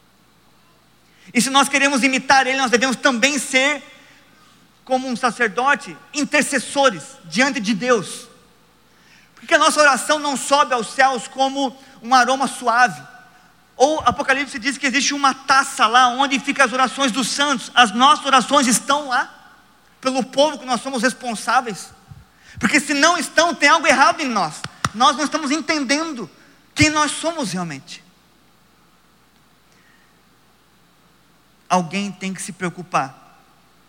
E se nós queremos imitar ele, nós devemos também ser, como um sacerdote, intercessores diante de Deus. Por que a nossa oração não sobe aos céus como um aroma suave? Ou Apocalipse diz que existe uma taça lá, onde ficam as orações dos santos. As nossas orações estão lá, pelo povo que nós somos responsáveis. Porque se não estão, tem algo errado em nós. Nós não estamos entendendo quem nós somos realmente. Alguém tem que se preocupar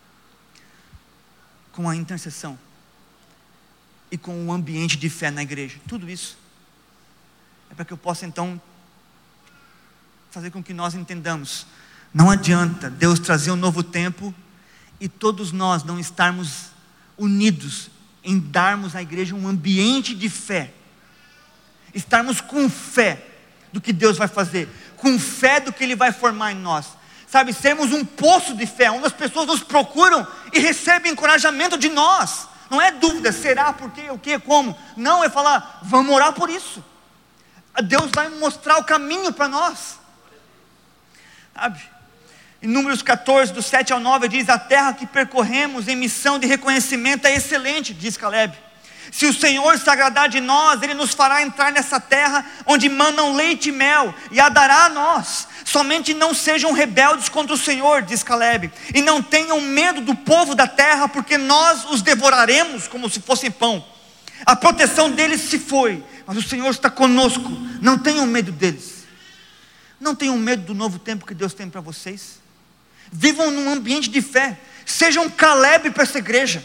com a intercessão e com o ambiente de fé na igreja. Tudo isso é para que eu possa então fazer com que nós entendamos. Não adianta Deus trazer um novo tempo e todos nós não estarmos unidos em darmos à igreja um ambiente de fé, estarmos com fé do que Deus vai fazer, com fé do que Ele vai formar em nós, sabe, sermos um poço de fé, onde as pessoas nos procuram e recebem encorajamento de nós. Não é dúvida, será, por quê, o que, como, não, é falar, vamos orar por isso, Deus vai mostrar o caminho para nós, sabe? Em Números catorze, do sete ao nove, diz: a terra que percorremos em missão de reconhecimento é excelente, diz Caleb. Se o Senhor se agradar de nós, Ele nos fará entrar nessa terra, onde manam leite e mel, e a dará a nós. Somente não sejam rebeldes contra o Senhor, diz Caleb, e não tenham medo do povo da terra, porque nós os devoraremos como se fossem pão. A proteção deles se foi, mas o Senhor está conosco. Não tenham medo deles. Não tenham medo do novo tempo que Deus tem para vocês. Vivam num ambiente de fé. Sejam Caleb para essa igreja.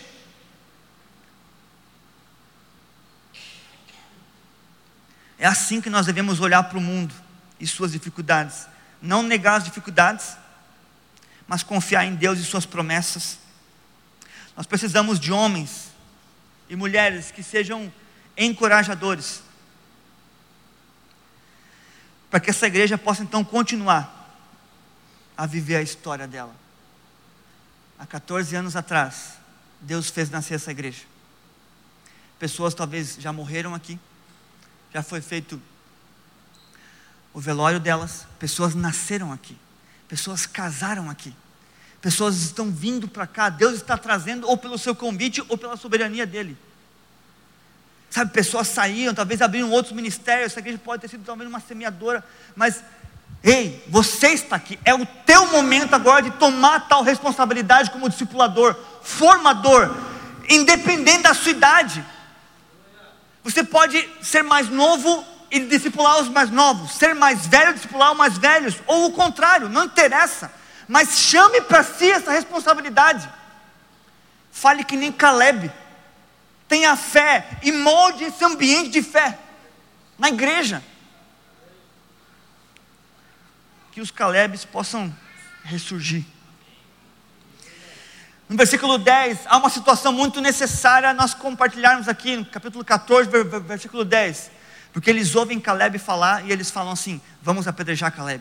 É assim que nós devemos olhar para o mundo e suas dificuldades. Não negar as dificuldades, mas confiar em Deus e suas promessas. Nós precisamos de homens e mulheres que sejam encorajadores, para que essa igreja possa então continuar a viver a história dela. Há quatorze anos atrás, Deus fez nascer essa igreja. Pessoas talvez já morreram aqui, já foi feito o velório delas, pessoas nasceram aqui, pessoas casaram aqui, pessoas estão vindo para cá, Deus está trazendo, ou pelo seu convite, ou pela soberania dEle. Sabe, pessoas saíram, talvez abriram outros ministérios, essa igreja pode ter sido talvez uma semeadora, mas ei, você está aqui, é o teu momento agora de tomar tal responsabilidade como discipulador, formador, independente da sua idade. Você pode ser mais novo e discipular os mais novos, ser mais velho e discipular os mais velhos, ou o contrário, não interessa, mas chame para si essa responsabilidade. Fale que nem Caleb, tenha fé e molde esse ambiente de fé na igreja. Que os Calebes possam ressurgir. No versículo dez, há uma situação muito necessária nós compartilharmos aqui, no capítulo catorze, versículo dez. Porque eles ouvem Caleb falar e eles falam assim: vamos apedrejar Caleb.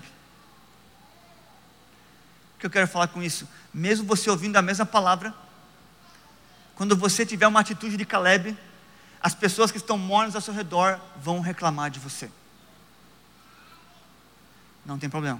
O que eu quero falar com isso? Mesmo você ouvindo a mesma palavra, quando você tiver uma atitude de Caleb, as pessoas que estão mornas ao seu redor vão reclamar de você. Não tem problema.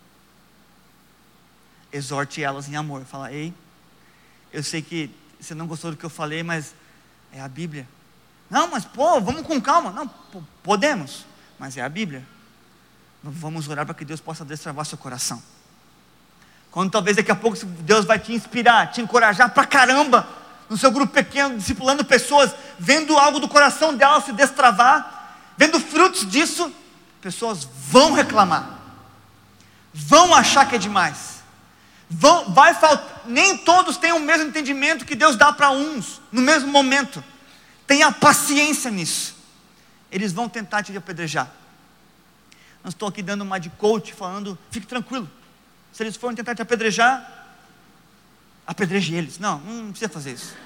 Exorte elas em amor. Fala: ei, eu sei que você não gostou do que eu falei, mas é a Bíblia. Não, mas pô, vamos com calma. Não, pô, podemos, mas é a Bíblia. Vamos orar para que Deus possa destravar seu coração. Quando talvez daqui a pouco Deus vai te inspirar, te encorajar pra caramba, no seu grupo pequeno, discipulando pessoas, vendo algo do coração delas se destravar, vendo frutos disso, pessoas vão reclamar, vão achar que é demais, vão, vai faltar, nem todos têm o mesmo entendimento que Deus dá para uns, no mesmo momento. Tenha paciência nisso. Eles vão tentar te apedrejar. Não estou aqui dando uma de coach, falando, fique tranquilo, se eles forem tentar te apedrejar, apedreje eles. Não, não precisa fazer isso.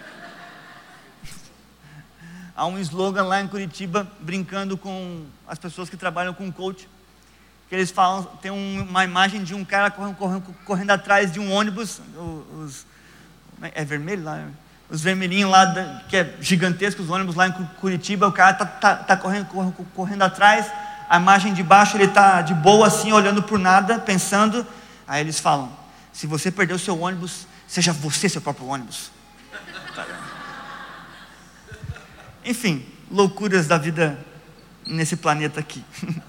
Há um slogan lá em Curitiba, brincando com as pessoas que trabalham com coach, que eles falam, tem um, uma imagem de um cara correndo, correndo, correndo atrás de um ônibus, os, é vermelho lá, os vermelhinhos lá, da, que é gigantesco, os ônibus lá em Curitiba, o cara está tá, tá correndo, correndo, correndo atrás, a imagem de baixo ele está de boa assim, olhando por nada, pensando, aí eles falam, se você perdeu o seu ônibus, seja você seu próprio ônibus. Enfim, loucuras da vida nesse planeta aqui.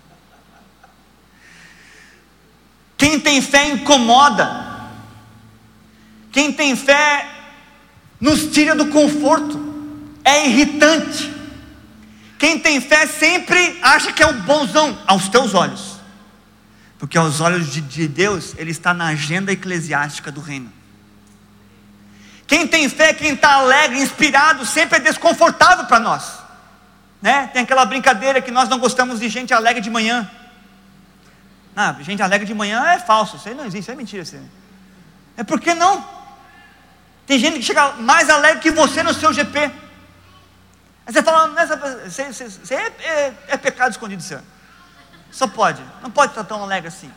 Quem tem fé incomoda. Quem tem fé nos tira do conforto. É irritante. Quem tem fé sempre acha que é o bonzão aos teus olhos, porque aos olhos de, de Deus ele está na agenda eclesiástica do reino. Quem tem fé, quem está alegre, inspirado, sempre é desconfortável para nós, né? Tem aquela brincadeira que nós não gostamos de gente alegre de manhã. Ah, gente alegre de manhã é falso, isso aí não existe, isso é mentira. Isso aí. É porque não? Tem gente que chega mais alegre que você no seu G P. Aí você fala, nessa, você, você, você é, é, é pecado escondido seu. Só pode, não pode estar tão alegre assim.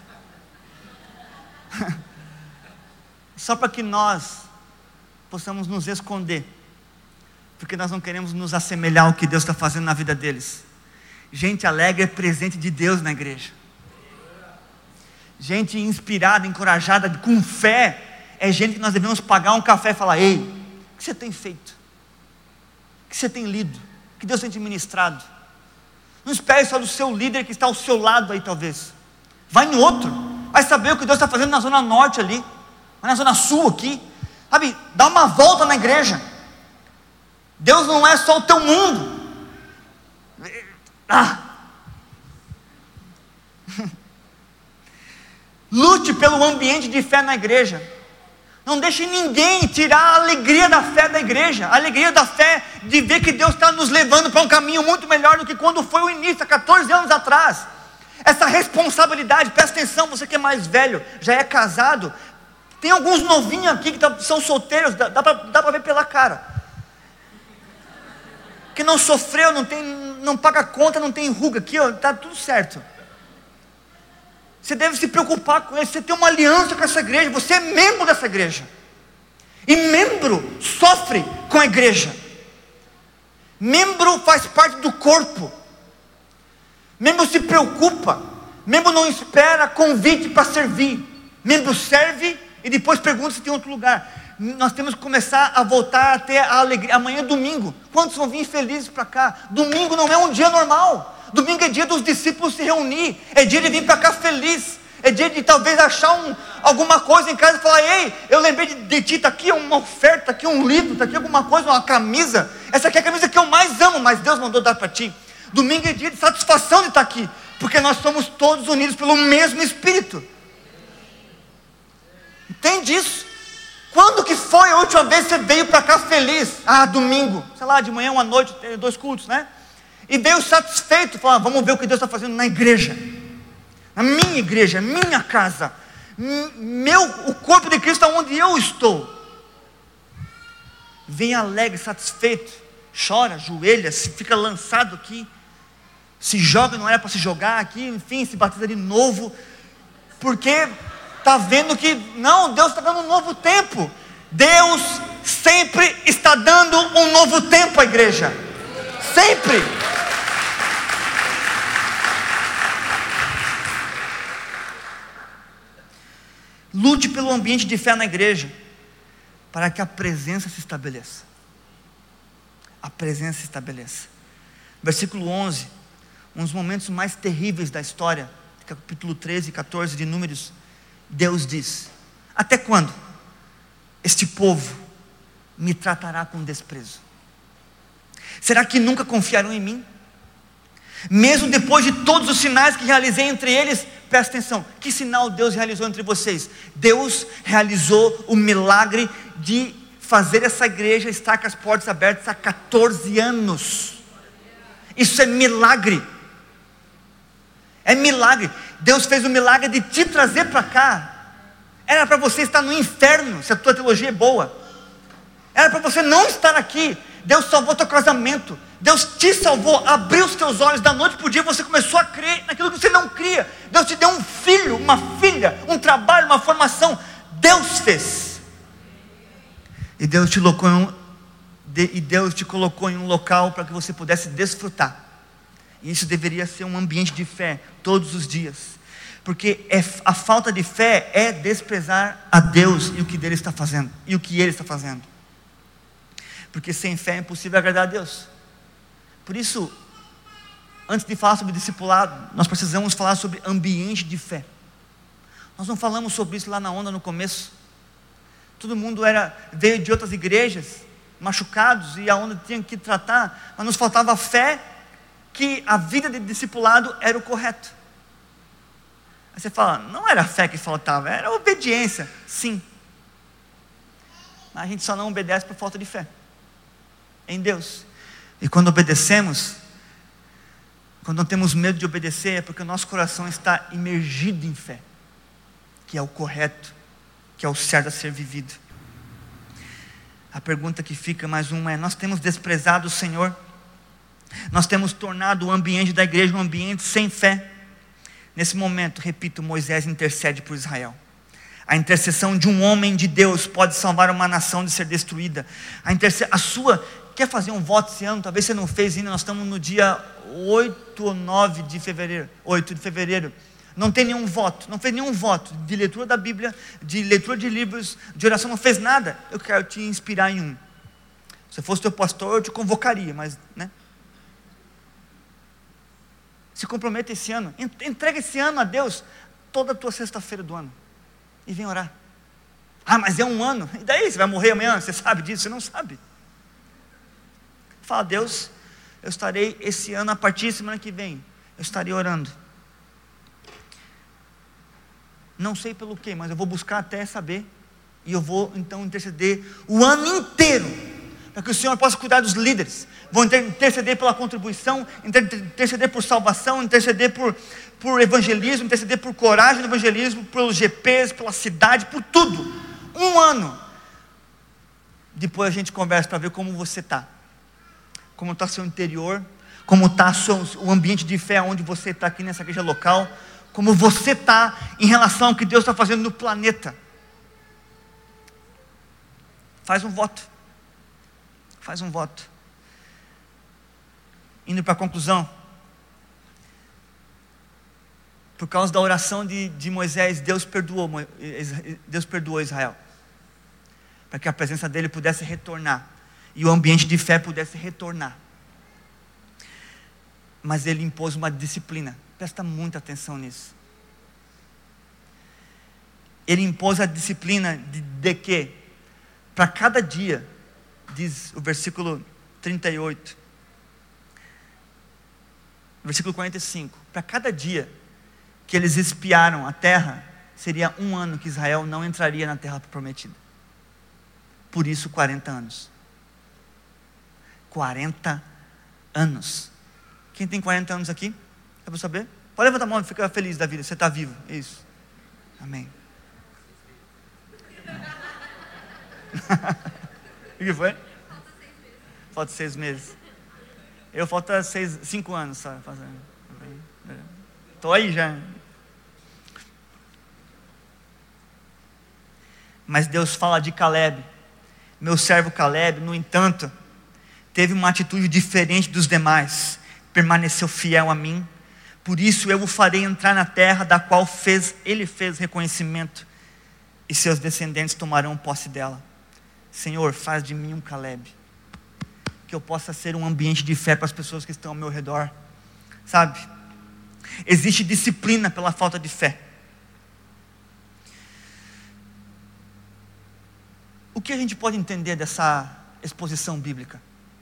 Só para que nós possamos nos esconder, porque nós não queremos nos assemelhar ao que Deus está fazendo na vida deles. Gente alegre é presente de Deus na igreja. Gente inspirada, encorajada, com fé, é gente que nós devemos pagar um café e falar, ei, o que você tem feito? O que você tem lido? O que Deus tem te ministrado? Não espere só do seu líder que está ao seu lado aí talvez. Vai em outro, vai saber o que Deus está fazendo na zona norte ali, na zona sul aqui. Sabe, dá uma volta na igreja. Deus não é só o teu mundo. Ah. Lute pelo ambiente de fé na igreja. Não deixe ninguém tirar a alegria da fé da igreja, a alegria da fé de ver que Deus está nos levando para um caminho muito melhor do que quando foi o início, há catorze anos atrás. Essa responsabilidade, presta atenção, você que é mais velho, já é casado, tem alguns novinhos aqui que tá, são solteiros, dá, dá para ver pela cara, que não sofreu, não, tem, não paga conta, não tem ruga aqui, está tudo certo. Você deve se preocupar com isso. Você tem uma aliança com essa igreja, você é membro dessa igreja, e membro sofre com a igreja. Membro faz parte do corpo. Membro se preocupa. Membro não espera convite para servir. Membro serve e depois pergunta se tem outro lugar. Nós temos que começar a voltar a ter a alegria. Amanhã é domingo. Quantos vão vir felizes para cá? Domingo não é um dia normal. Domingo é dia dos discípulos se reunir, é dia de vir para cá feliz, é dia de talvez achar um, alguma coisa em casa e falar, ei, eu lembrei de, de ti, está aqui uma oferta, está aqui um livro, está aqui alguma coisa, uma camisa, essa aqui é a camisa que eu mais amo, mas Deus mandou dar para ti. Domingo é dia de satisfação de estar aqui, porque nós somos todos unidos pelo mesmo Espírito. Entende isso? Quando que foi a última vez que você veio para cá feliz? Ah, domingo, sei lá, de manhã, uma noite, dois cultos, né? E veio satisfeito, falou, ah, vamos ver o que Deus está fazendo na igreja, na minha igreja, minha casa, meu, o corpo de Cristo onde eu estou. Vem alegre, satisfeito, chora, ajoelha, se fica lançado aqui, se joga, não era para se jogar aqui, enfim, se batiza de novo, porque está vendo que, não, Deus está dando um novo tempo. Deus sempre está dando um novo tempo à igreja, sempre. Lute pelo ambiente de fé na igreja, para que a presença se estabeleça. A presença se estabeleça. Versículo onze, um dos momentos mais terríveis da história, capítulo treze e quatorze de Números. Deus diz: até quando este povo me tratará com desprezo? Será que nunca confiarão em mim? Mesmo depois de todos os sinais que realizei entre eles. Presta atenção, que sinal Deus realizou entre vocês? Deus realizou o milagre de fazer essa igreja estar com as portas abertas há quatorze anos. Isso é milagre. É milagre. Deus fez o milagre de te trazer para cá. Era para você estar no inferno, se a tua teologia é boa. Era para você não estar aqui. Deus salvou teu casamento. Deus te salvou, abriu os teus olhos da noite para o dia. Você começou a crer naquilo que você não cria. Deus te deu um filho, uma filha, um trabalho, uma formação. Deus fez. E Deus te colocou em um, de, e Deus te colocou em um local para que você pudesse desfrutar. E isso deveria ser um ambiente de fé todos os dias. Porque é, a falta de fé é desprezar a Deus e o que dele está fazendo, e o que Ele está fazendo. Porque sem fé é impossível agradar a Deus. Por isso, antes de falar sobre discipulado, nós precisamos falar sobre ambiente de fé. Nós não falamos sobre isso lá na onda no começo. Todo mundo era, veio de outras igrejas, machucados, e a onda tinha que tratar, mas nos faltava fé que a vida de discipulado era o correto. Aí você fala, não era a fé que faltava, era a obediência. Sim. Mas a gente só não obedece por falta de fé em Deus. E quando obedecemos, quando não temos medo de obedecer, é porque o nosso coração está imergido em fé, que é o correto, que é o certo a ser vivido. A pergunta que fica mais uma é: nós temos desprezado o Senhor? Nós temos tornado o ambiente da igreja um ambiente sem fé? Nesse momento, repito, Moisés intercede por Israel. A intercessão de um homem de Deus pode salvar uma nação de ser destruída. A, interce... a sua... Quer fazer um voto esse ano? Talvez você não fez ainda. Nós estamos no dia oito ou nove de fevereiro. oito de fevereiro. Não tem nenhum voto. Não fez nenhum voto de leitura da Bíblia, de leitura de livros, de oração. Não fez nada. Eu quero te inspirar em um. Se eu fosse teu pastor, eu te convocaria, mas, né? Se comprometa esse ano. Entrega esse ano a Deus toda a tua sexta-feira do ano. E vem orar. Ah, mas é um ano. E daí? Você vai morrer amanhã? Você sabe disso? Você não sabe. Fala: Deus, eu estarei esse ano, a partir da semana que vem, eu estarei orando. Não sei pelo que, mas eu vou buscar até saber. E eu vou então interceder o ano inteiro, para que o Senhor possa cuidar dos líderes. Vou interceder pela contribuição, interceder por salvação, interceder por, por evangelismo, interceder por coragem no evangelismo, pelos G Ps, pela cidade, por tudo. Um ano. Depois a gente conversa para ver como você está. Como está seu interior, como está o ambiente de fé onde você está aqui nessa igreja local, como você está em relação ao que Deus está fazendo no planeta. Faz um voto, faz um voto. Indo para a conclusão, por causa da oração de, de Moisés, Deus perdoou, Deus perdoou Israel, para que a presença dele pudesse retornar, e o ambiente de fé pudesse retornar. Mas ele impôs uma disciplina. Presta muita atenção nisso. Ele impôs a disciplina de, de que, para cada dia, diz o versículo trinta e oito, versículo quarenta e cinco, para cada dia que eles espiaram a terra, seria um ano que Israel não entraria na terra prometida. Por isso quarenta anos. quarenta anos. Quem tem quarenta anos aqui? Quer para saber? Pode levantar a mão e ficar feliz da vida. Você está vivo. Isso. Amém. O que foi? Falta seis meses. Eu falta seis, cinco anos só. Estou aí já. Mas Deus fala de Caleb. Meu servo Caleb, no entanto, teve uma atitude diferente dos demais, permaneceu fiel a mim. Por isso eu o farei entrar na terra da qual fez, ele fez reconhecimento, e seus descendentes tomarão posse dela. Senhor, faz de mim um Caleb, que eu possa ser um ambiente de fé para as pessoas que estão ao meu redor, sabe? Existe disciplina pela falta de fé. O que a gente pode entender dessa exposição bíblica?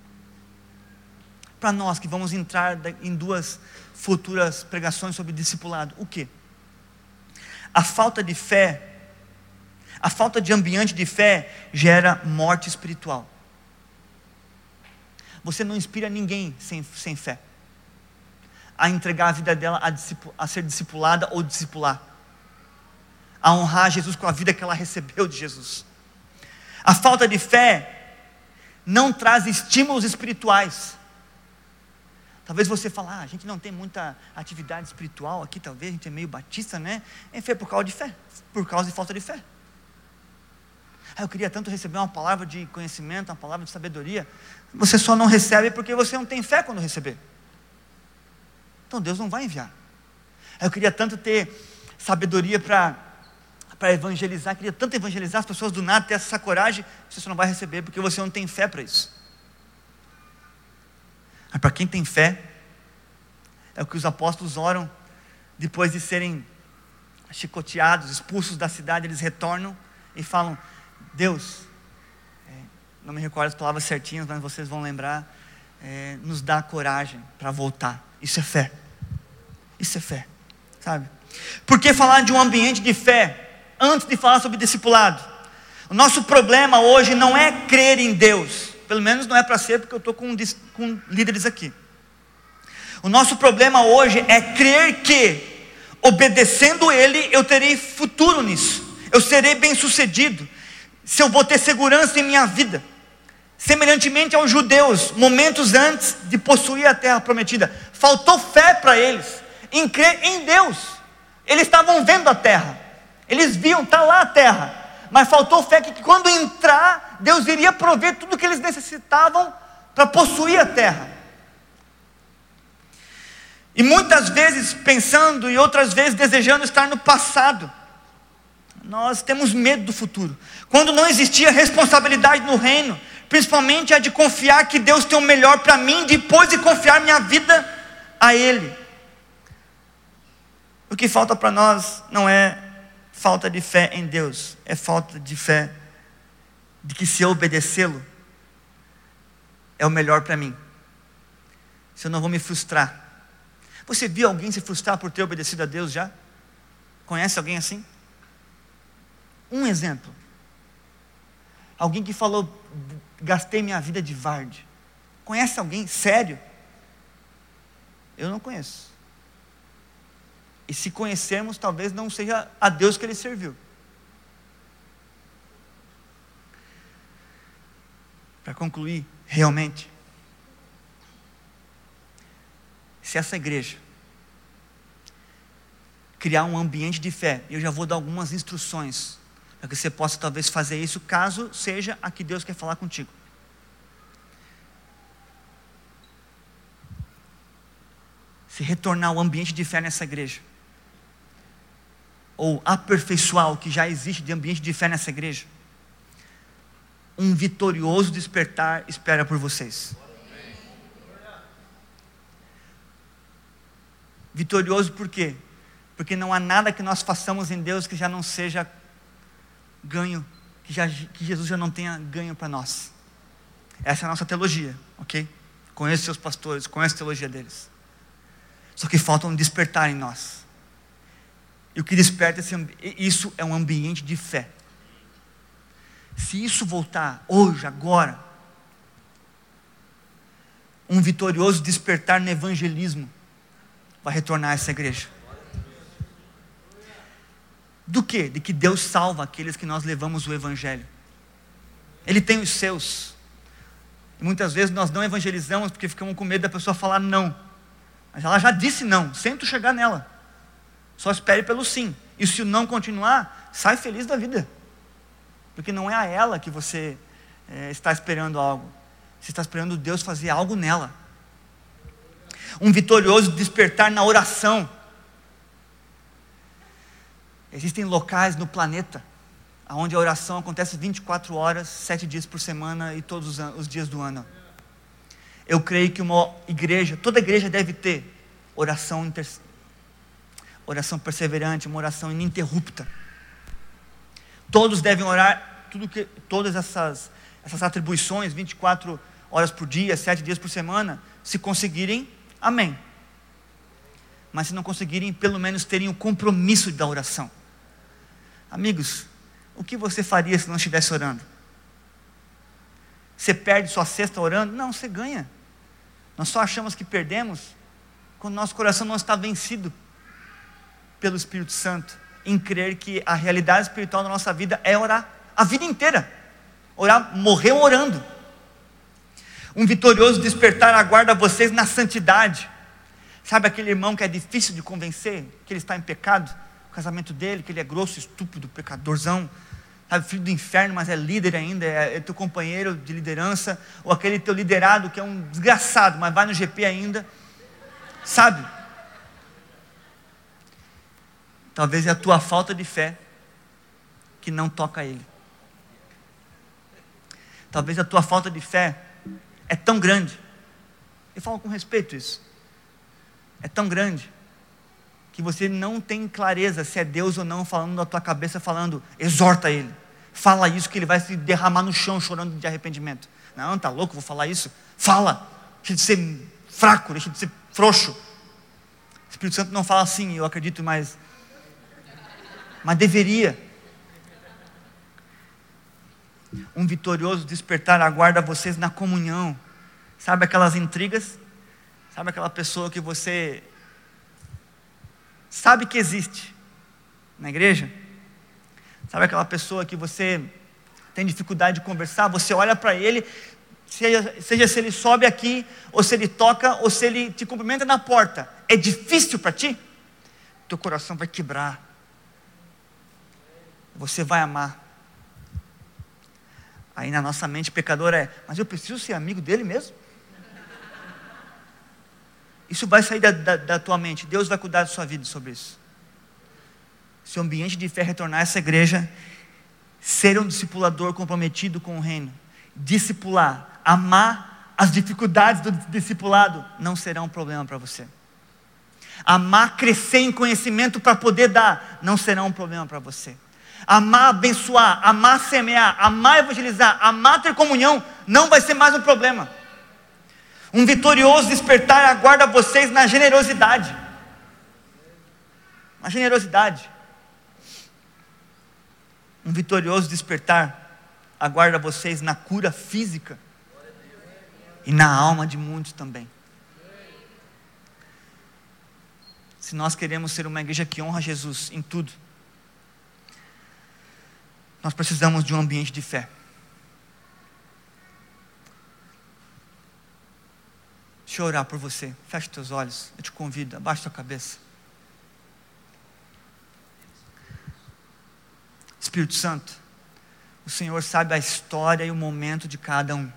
Para nós que vamos entrar em duas futuras pregações sobre discipulado, o que? A falta de fé, a falta de ambiente de fé gera morte espiritual. Você não inspira ninguém sem, sem fé a entregar a vida dela a, a ser discipulada ou discipular, a honrar Jesus com a vida que ela recebeu de Jesus. A falta de fé não traz estímulos espirituais. Talvez você fale, ah, a gente não tem muita atividade espiritual aqui, talvez a gente é meio batista, né? É fé por causa de fé, por causa de falta de fé. Ah, eu queria tanto receber uma palavra de conhecimento, uma palavra de sabedoria. Você só não recebe porque você não tem fé quando receber. Então Deus não vai enviar. Ah, eu queria tanto ter sabedoria para para evangelizar, queria tanto evangelizar as pessoas do nada, ter essa coragem. Você só não vai receber porque você não tem fé para isso. Mas para quem tem fé, é o que os apóstolos oram, depois de serem chicoteados, expulsos da cidade, eles retornam e falam, Deus, é, não me recordo as palavras certinhas, mas vocês vão lembrar, é, nos dá coragem para voltar. Isso é fé, isso é fé, sabe? Por que falar de um ambiente de fé, antes de falar sobre discipulado? O nosso problema hoje não é crer em Deus, pelo menos não é para ser, porque eu estou com, com líderes aqui. O nosso problema hoje é crer que, obedecendo Ele, eu terei futuro nisso, eu serei bem sucedido, se eu vou ter segurança em minha vida. Semelhantemente aos judeus, momentos antes de possuir a terra prometida, faltou fé para eles, em crer em Deus. Eles estavam vendo a terra, eles viam, está lá a terra, mas faltou fé que quando entrar, Deus iria prover tudo o que eles necessitavam para possuir a terra. E muitas vezes pensando e outras vezes desejando estar no passado. Nós temos medo do futuro. Quando não existia responsabilidade no reino, principalmente a de confiar que Deus tem o melhor para mim, depois de confiar minha vida a Ele. O que falta para nós não é falta de fé em Deus, é falta de fé de que se eu obedecê-lo, é o melhor para mim, se eu não vou me frustrar. Você viu alguém se frustrar por ter obedecido a Deus já? Conhece alguém assim? Um exemplo, alguém que falou, gastei minha vida de varde. Conhece alguém? Sério? Eu não conheço. E se conhecermos, talvez não seja a Deus que ele serviu. Para concluir, realmente, se essa igreja criar um ambiente de fé, eu já vou dar algumas instruções, para que você possa talvez fazer isso, caso seja a que Deus quer falar contigo. Se retornar o ambiente de fé nessa igreja, ou aperfeiçoar o que já existe de ambiente de fé nessa igreja, um vitorioso despertar espera por vocês. Vitorioso por quê? Porque não há nada que nós façamos em Deus que já não seja ganho, que, já, que Jesus já não tenha ganho para nós. Essa é a nossa teologia, ok? Conheço seus pastores, conheço a teologia deles. Só que falta um despertar em nós. E o que desperta esse, isso é um ambiente de fé. Se isso voltar hoje, agora, um vitorioso despertar no evangelismo vai retornar a essa igreja. Do que? De que Deus salva aqueles que nós levamos o evangelho. Ele tem os seus. E muitas vezes nós não evangelizamos porque ficamos com medo da pessoa falar não. Mas ela já disse não, sem tu chegar nela. Só espere pelo sim. E se o não continuar, sai feliz da vida. Porque não é a ela que você é, está esperando algo. Você está esperando Deus fazer algo nela. Um vitorioso despertar na oração. Existem locais no planeta onde a oração acontece vinte e quatro horas, sete dias por semana e todos os, os dias do ano. Eu creio que uma igreja, toda igreja deve ter oração, inter... oração perseverante, uma oração ininterrupta. Todos devem orar, tudo que, todas essas, essas atribuições, vinte e quatro horas por dia, sete dias por semana, se conseguirem, amém. Mas se não conseguirem, pelo menos terem o compromisso da oração. Amigos, o que você faria se não estivesse orando? Você perde sua cesta orando? Não, você ganha. Nós só achamos que perdemos quando nosso coração não está vencido pelo Espírito Santo, em crer que a realidade espiritual da nossa vida é orar, a vida inteira. Orar, morreu orando. Um vitorioso despertar aguarda vocês na santidade. Sabe aquele irmão que é difícil de convencer, que ele está em pecado, o casamento dele, que ele é grosso, estúpido, pecadorzão, sabe, filho do inferno, mas é líder ainda, é, é teu companheiro de liderança, ou aquele teu liderado que é um desgraçado, mas vai no G P ainda, sabe? Talvez é a tua falta de fé que não toca ele. Talvez a tua falta de fé é tão grande, eu falo com respeito isso, é tão grande, que você não tem clareza se é Deus ou não falando na tua cabeça, falando, exorta ele, fala isso que ele vai se derramar no chão chorando de arrependimento. Não, tá louco, vou falar isso? Fala, deixa de ser fraco, deixa de ser frouxo. O Espírito Santo não fala assim, eu acredito, mas mas deveria. Um vitorioso despertar aguarda vocês na comunhão. Sabe aquelas intrigas? Sabe aquela pessoa que você sabe que existe na igreja? Sabe aquela pessoa que você tem dificuldade de conversar? Você olha para ele, seja, seja se ele sobe aqui, ou se ele toca, ou se ele te cumprimenta na porta. É difícil para ti? Teu coração vai quebrar. Você vai amar. Aí na nossa mente pecadora é, mas eu preciso ser amigo dele mesmo? Isso vai sair da, da, da tua mente. Deus vai cuidar da sua vida sobre isso. Se o ambiente de fé retornar a essa igreja, ser um discipulador comprometido com o reino, discipular, amar as dificuldades do discipulado, não será um problema para você. Amar crescer em conhecimento para poder dar, não será um problema para você. Amar abençoar, amar semear, amar evangelizar, amar ter comunhão, não vai ser mais um problema. Um vitorioso despertar aguarda vocês na generosidade. Na generosidade. Um vitorioso despertar aguarda vocês na cura física e na alma de muitos também. Se nós queremos ser uma igreja que honra Jesus em tudo, nós precisamos de um ambiente de fé. Deixa eu orar por você. Feche teus olhos. Eu te convido. Abaixe tua cabeça. Espírito Santo, o Senhor sabe a história e o momento de cada um.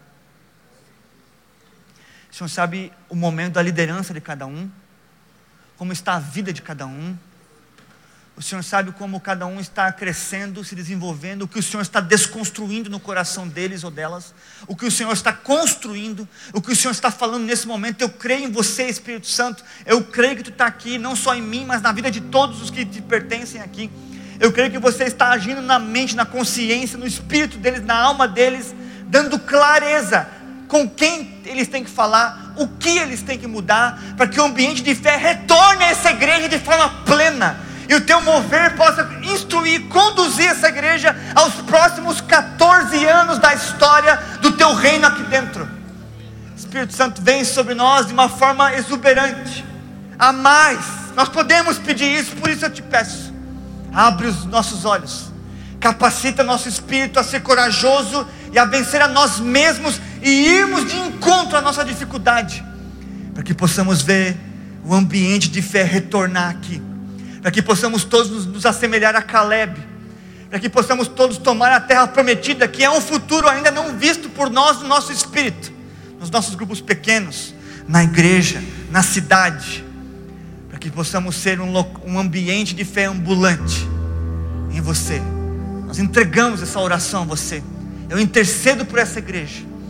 O Senhor sabe o momento da liderança de cada um, como está a vida de cada um. O Senhor sabe como cada um está crescendo, se desenvolvendo, o que o Senhor está desconstruindo no coração deles ou delas, o que o Senhor está construindo, o que o Senhor está falando nesse momento. Eu creio em você, Espírito Santo, eu creio que tu está aqui, não só em mim, mas na vida de todos os que te pertencem aqui. Eu creio que você está agindo na mente, na consciência, no espírito deles, na alma deles, dando clareza com quem eles têm que falar, o que eles têm que mudar, para que o ambiente de fé retorne a essa igreja de forma plena, e o teu mover possa instruir, conduzir essa igreja aos próximos quatorze anos da história do teu reino aqui dentro. Espírito Santo, vem sobre nós de uma forma exuberante, a mais, nós podemos pedir isso, por isso eu te peço, abre os nossos olhos, capacita nosso espírito a ser corajoso e a vencer a nós mesmos e irmos de encontro à nossa dificuldade, para que possamos ver o ambiente de fé retornar aqui, para que possamos todos nos, nos assemelhar a Caleb, para que possamos todos tomar a terra prometida, que é um futuro ainda não visto por nós no nosso espírito, nos nossos grupos pequenos, na igreja, na cidade, para que possamos ser um, um ambiente de fé ambulante em você. Nós entregamos essa oração a você. Eu intercedo por essa igreja,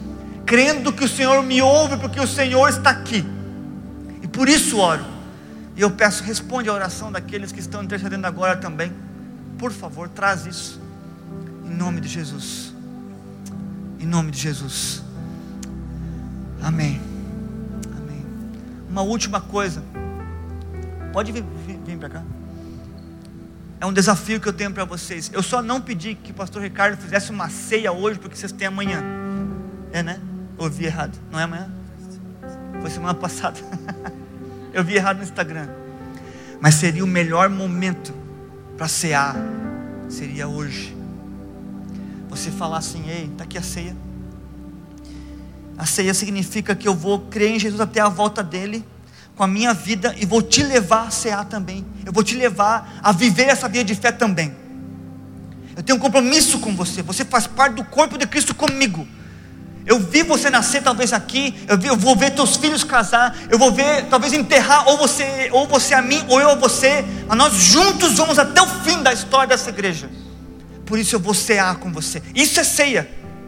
crendo que o Senhor me ouve, porque o Senhor está aqui, e por isso oro. E eu peço, responde a oração daqueles que estão intercedendo agora também. Por favor, traz isso, em nome de Jesus, em nome de Jesus. Amém, amém. Uma última coisa, pode vir, vir, vir para cá. É um desafio que eu tenho para vocês. Eu só não pedi que o pastor Ricardo fizesse uma ceia hoje, porque vocês têm amanhã. É, né? Eu ouvi errado. Não é amanhã? Foi semana passada. Eu vi errado no Instagram. Mas seria o melhor momento para cear. Seria hoje. Você falar assim: ei, está aqui a ceia. A ceia significa que eu vou crer em Jesus até a volta dele, com a minha vida, e vou te levar a cear também. Eu vou te levar a viver essa vida de fé também. Eu tenho um compromisso com você. Você faz parte do corpo de Cristo comigo. Eu vi você nascer talvez aqui, eu, vi, eu vou ver teus filhos casar, eu vou ver talvez enterrar ou você, ou você a mim, ou eu a você, mas nós juntos vamos até o fim da história dessa igreja. Por isso eu vou cear com você. Isso é ceia.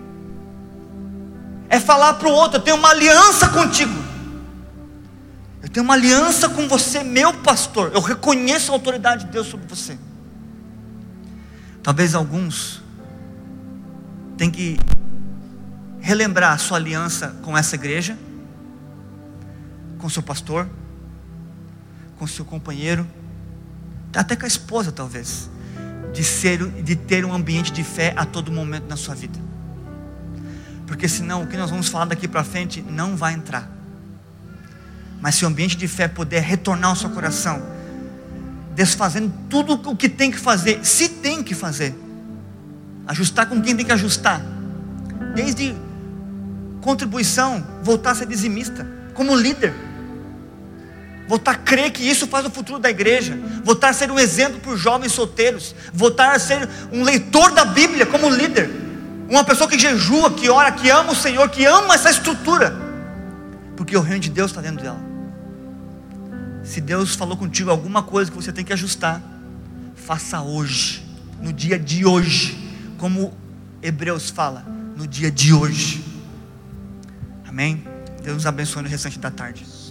É falar para o outro: eu tenho uma aliança contigo, eu tenho uma aliança com você, meu pastor. Eu reconheço a autoridade de Deus sobre você. Talvez alguns tenham que relembrar a sua aliança com essa igreja, com seu pastor, com seu companheiro, até com a esposa talvez, de, ser, de ter um ambiente de fé a todo momento na sua vida. Porque senão o que nós vamos falar daqui para frente não vai entrar. Mas se o ambiente de fé puder retornar ao seu coração, desfazendo tudo o que tem que fazer, se tem que fazer, ajustar com quem tem que ajustar, desde contribuição, voltar a ser dizimista, como líder, voltar a crer que isso faz o futuro da igreja, voltar a ser um exemplo para os jovens solteiros, voltar a ser um leitor da Bíblia como líder, uma pessoa que jejua, que ora, que ama o Senhor, que ama essa estrutura, porque o reino de Deus está dentro dela. Se Deus falou contigo alguma coisa que você tem que ajustar, faça hoje, no dia de hoje, como Hebreus fala, no dia de hoje. Amém? Deus nos abençoe no restante da tarde.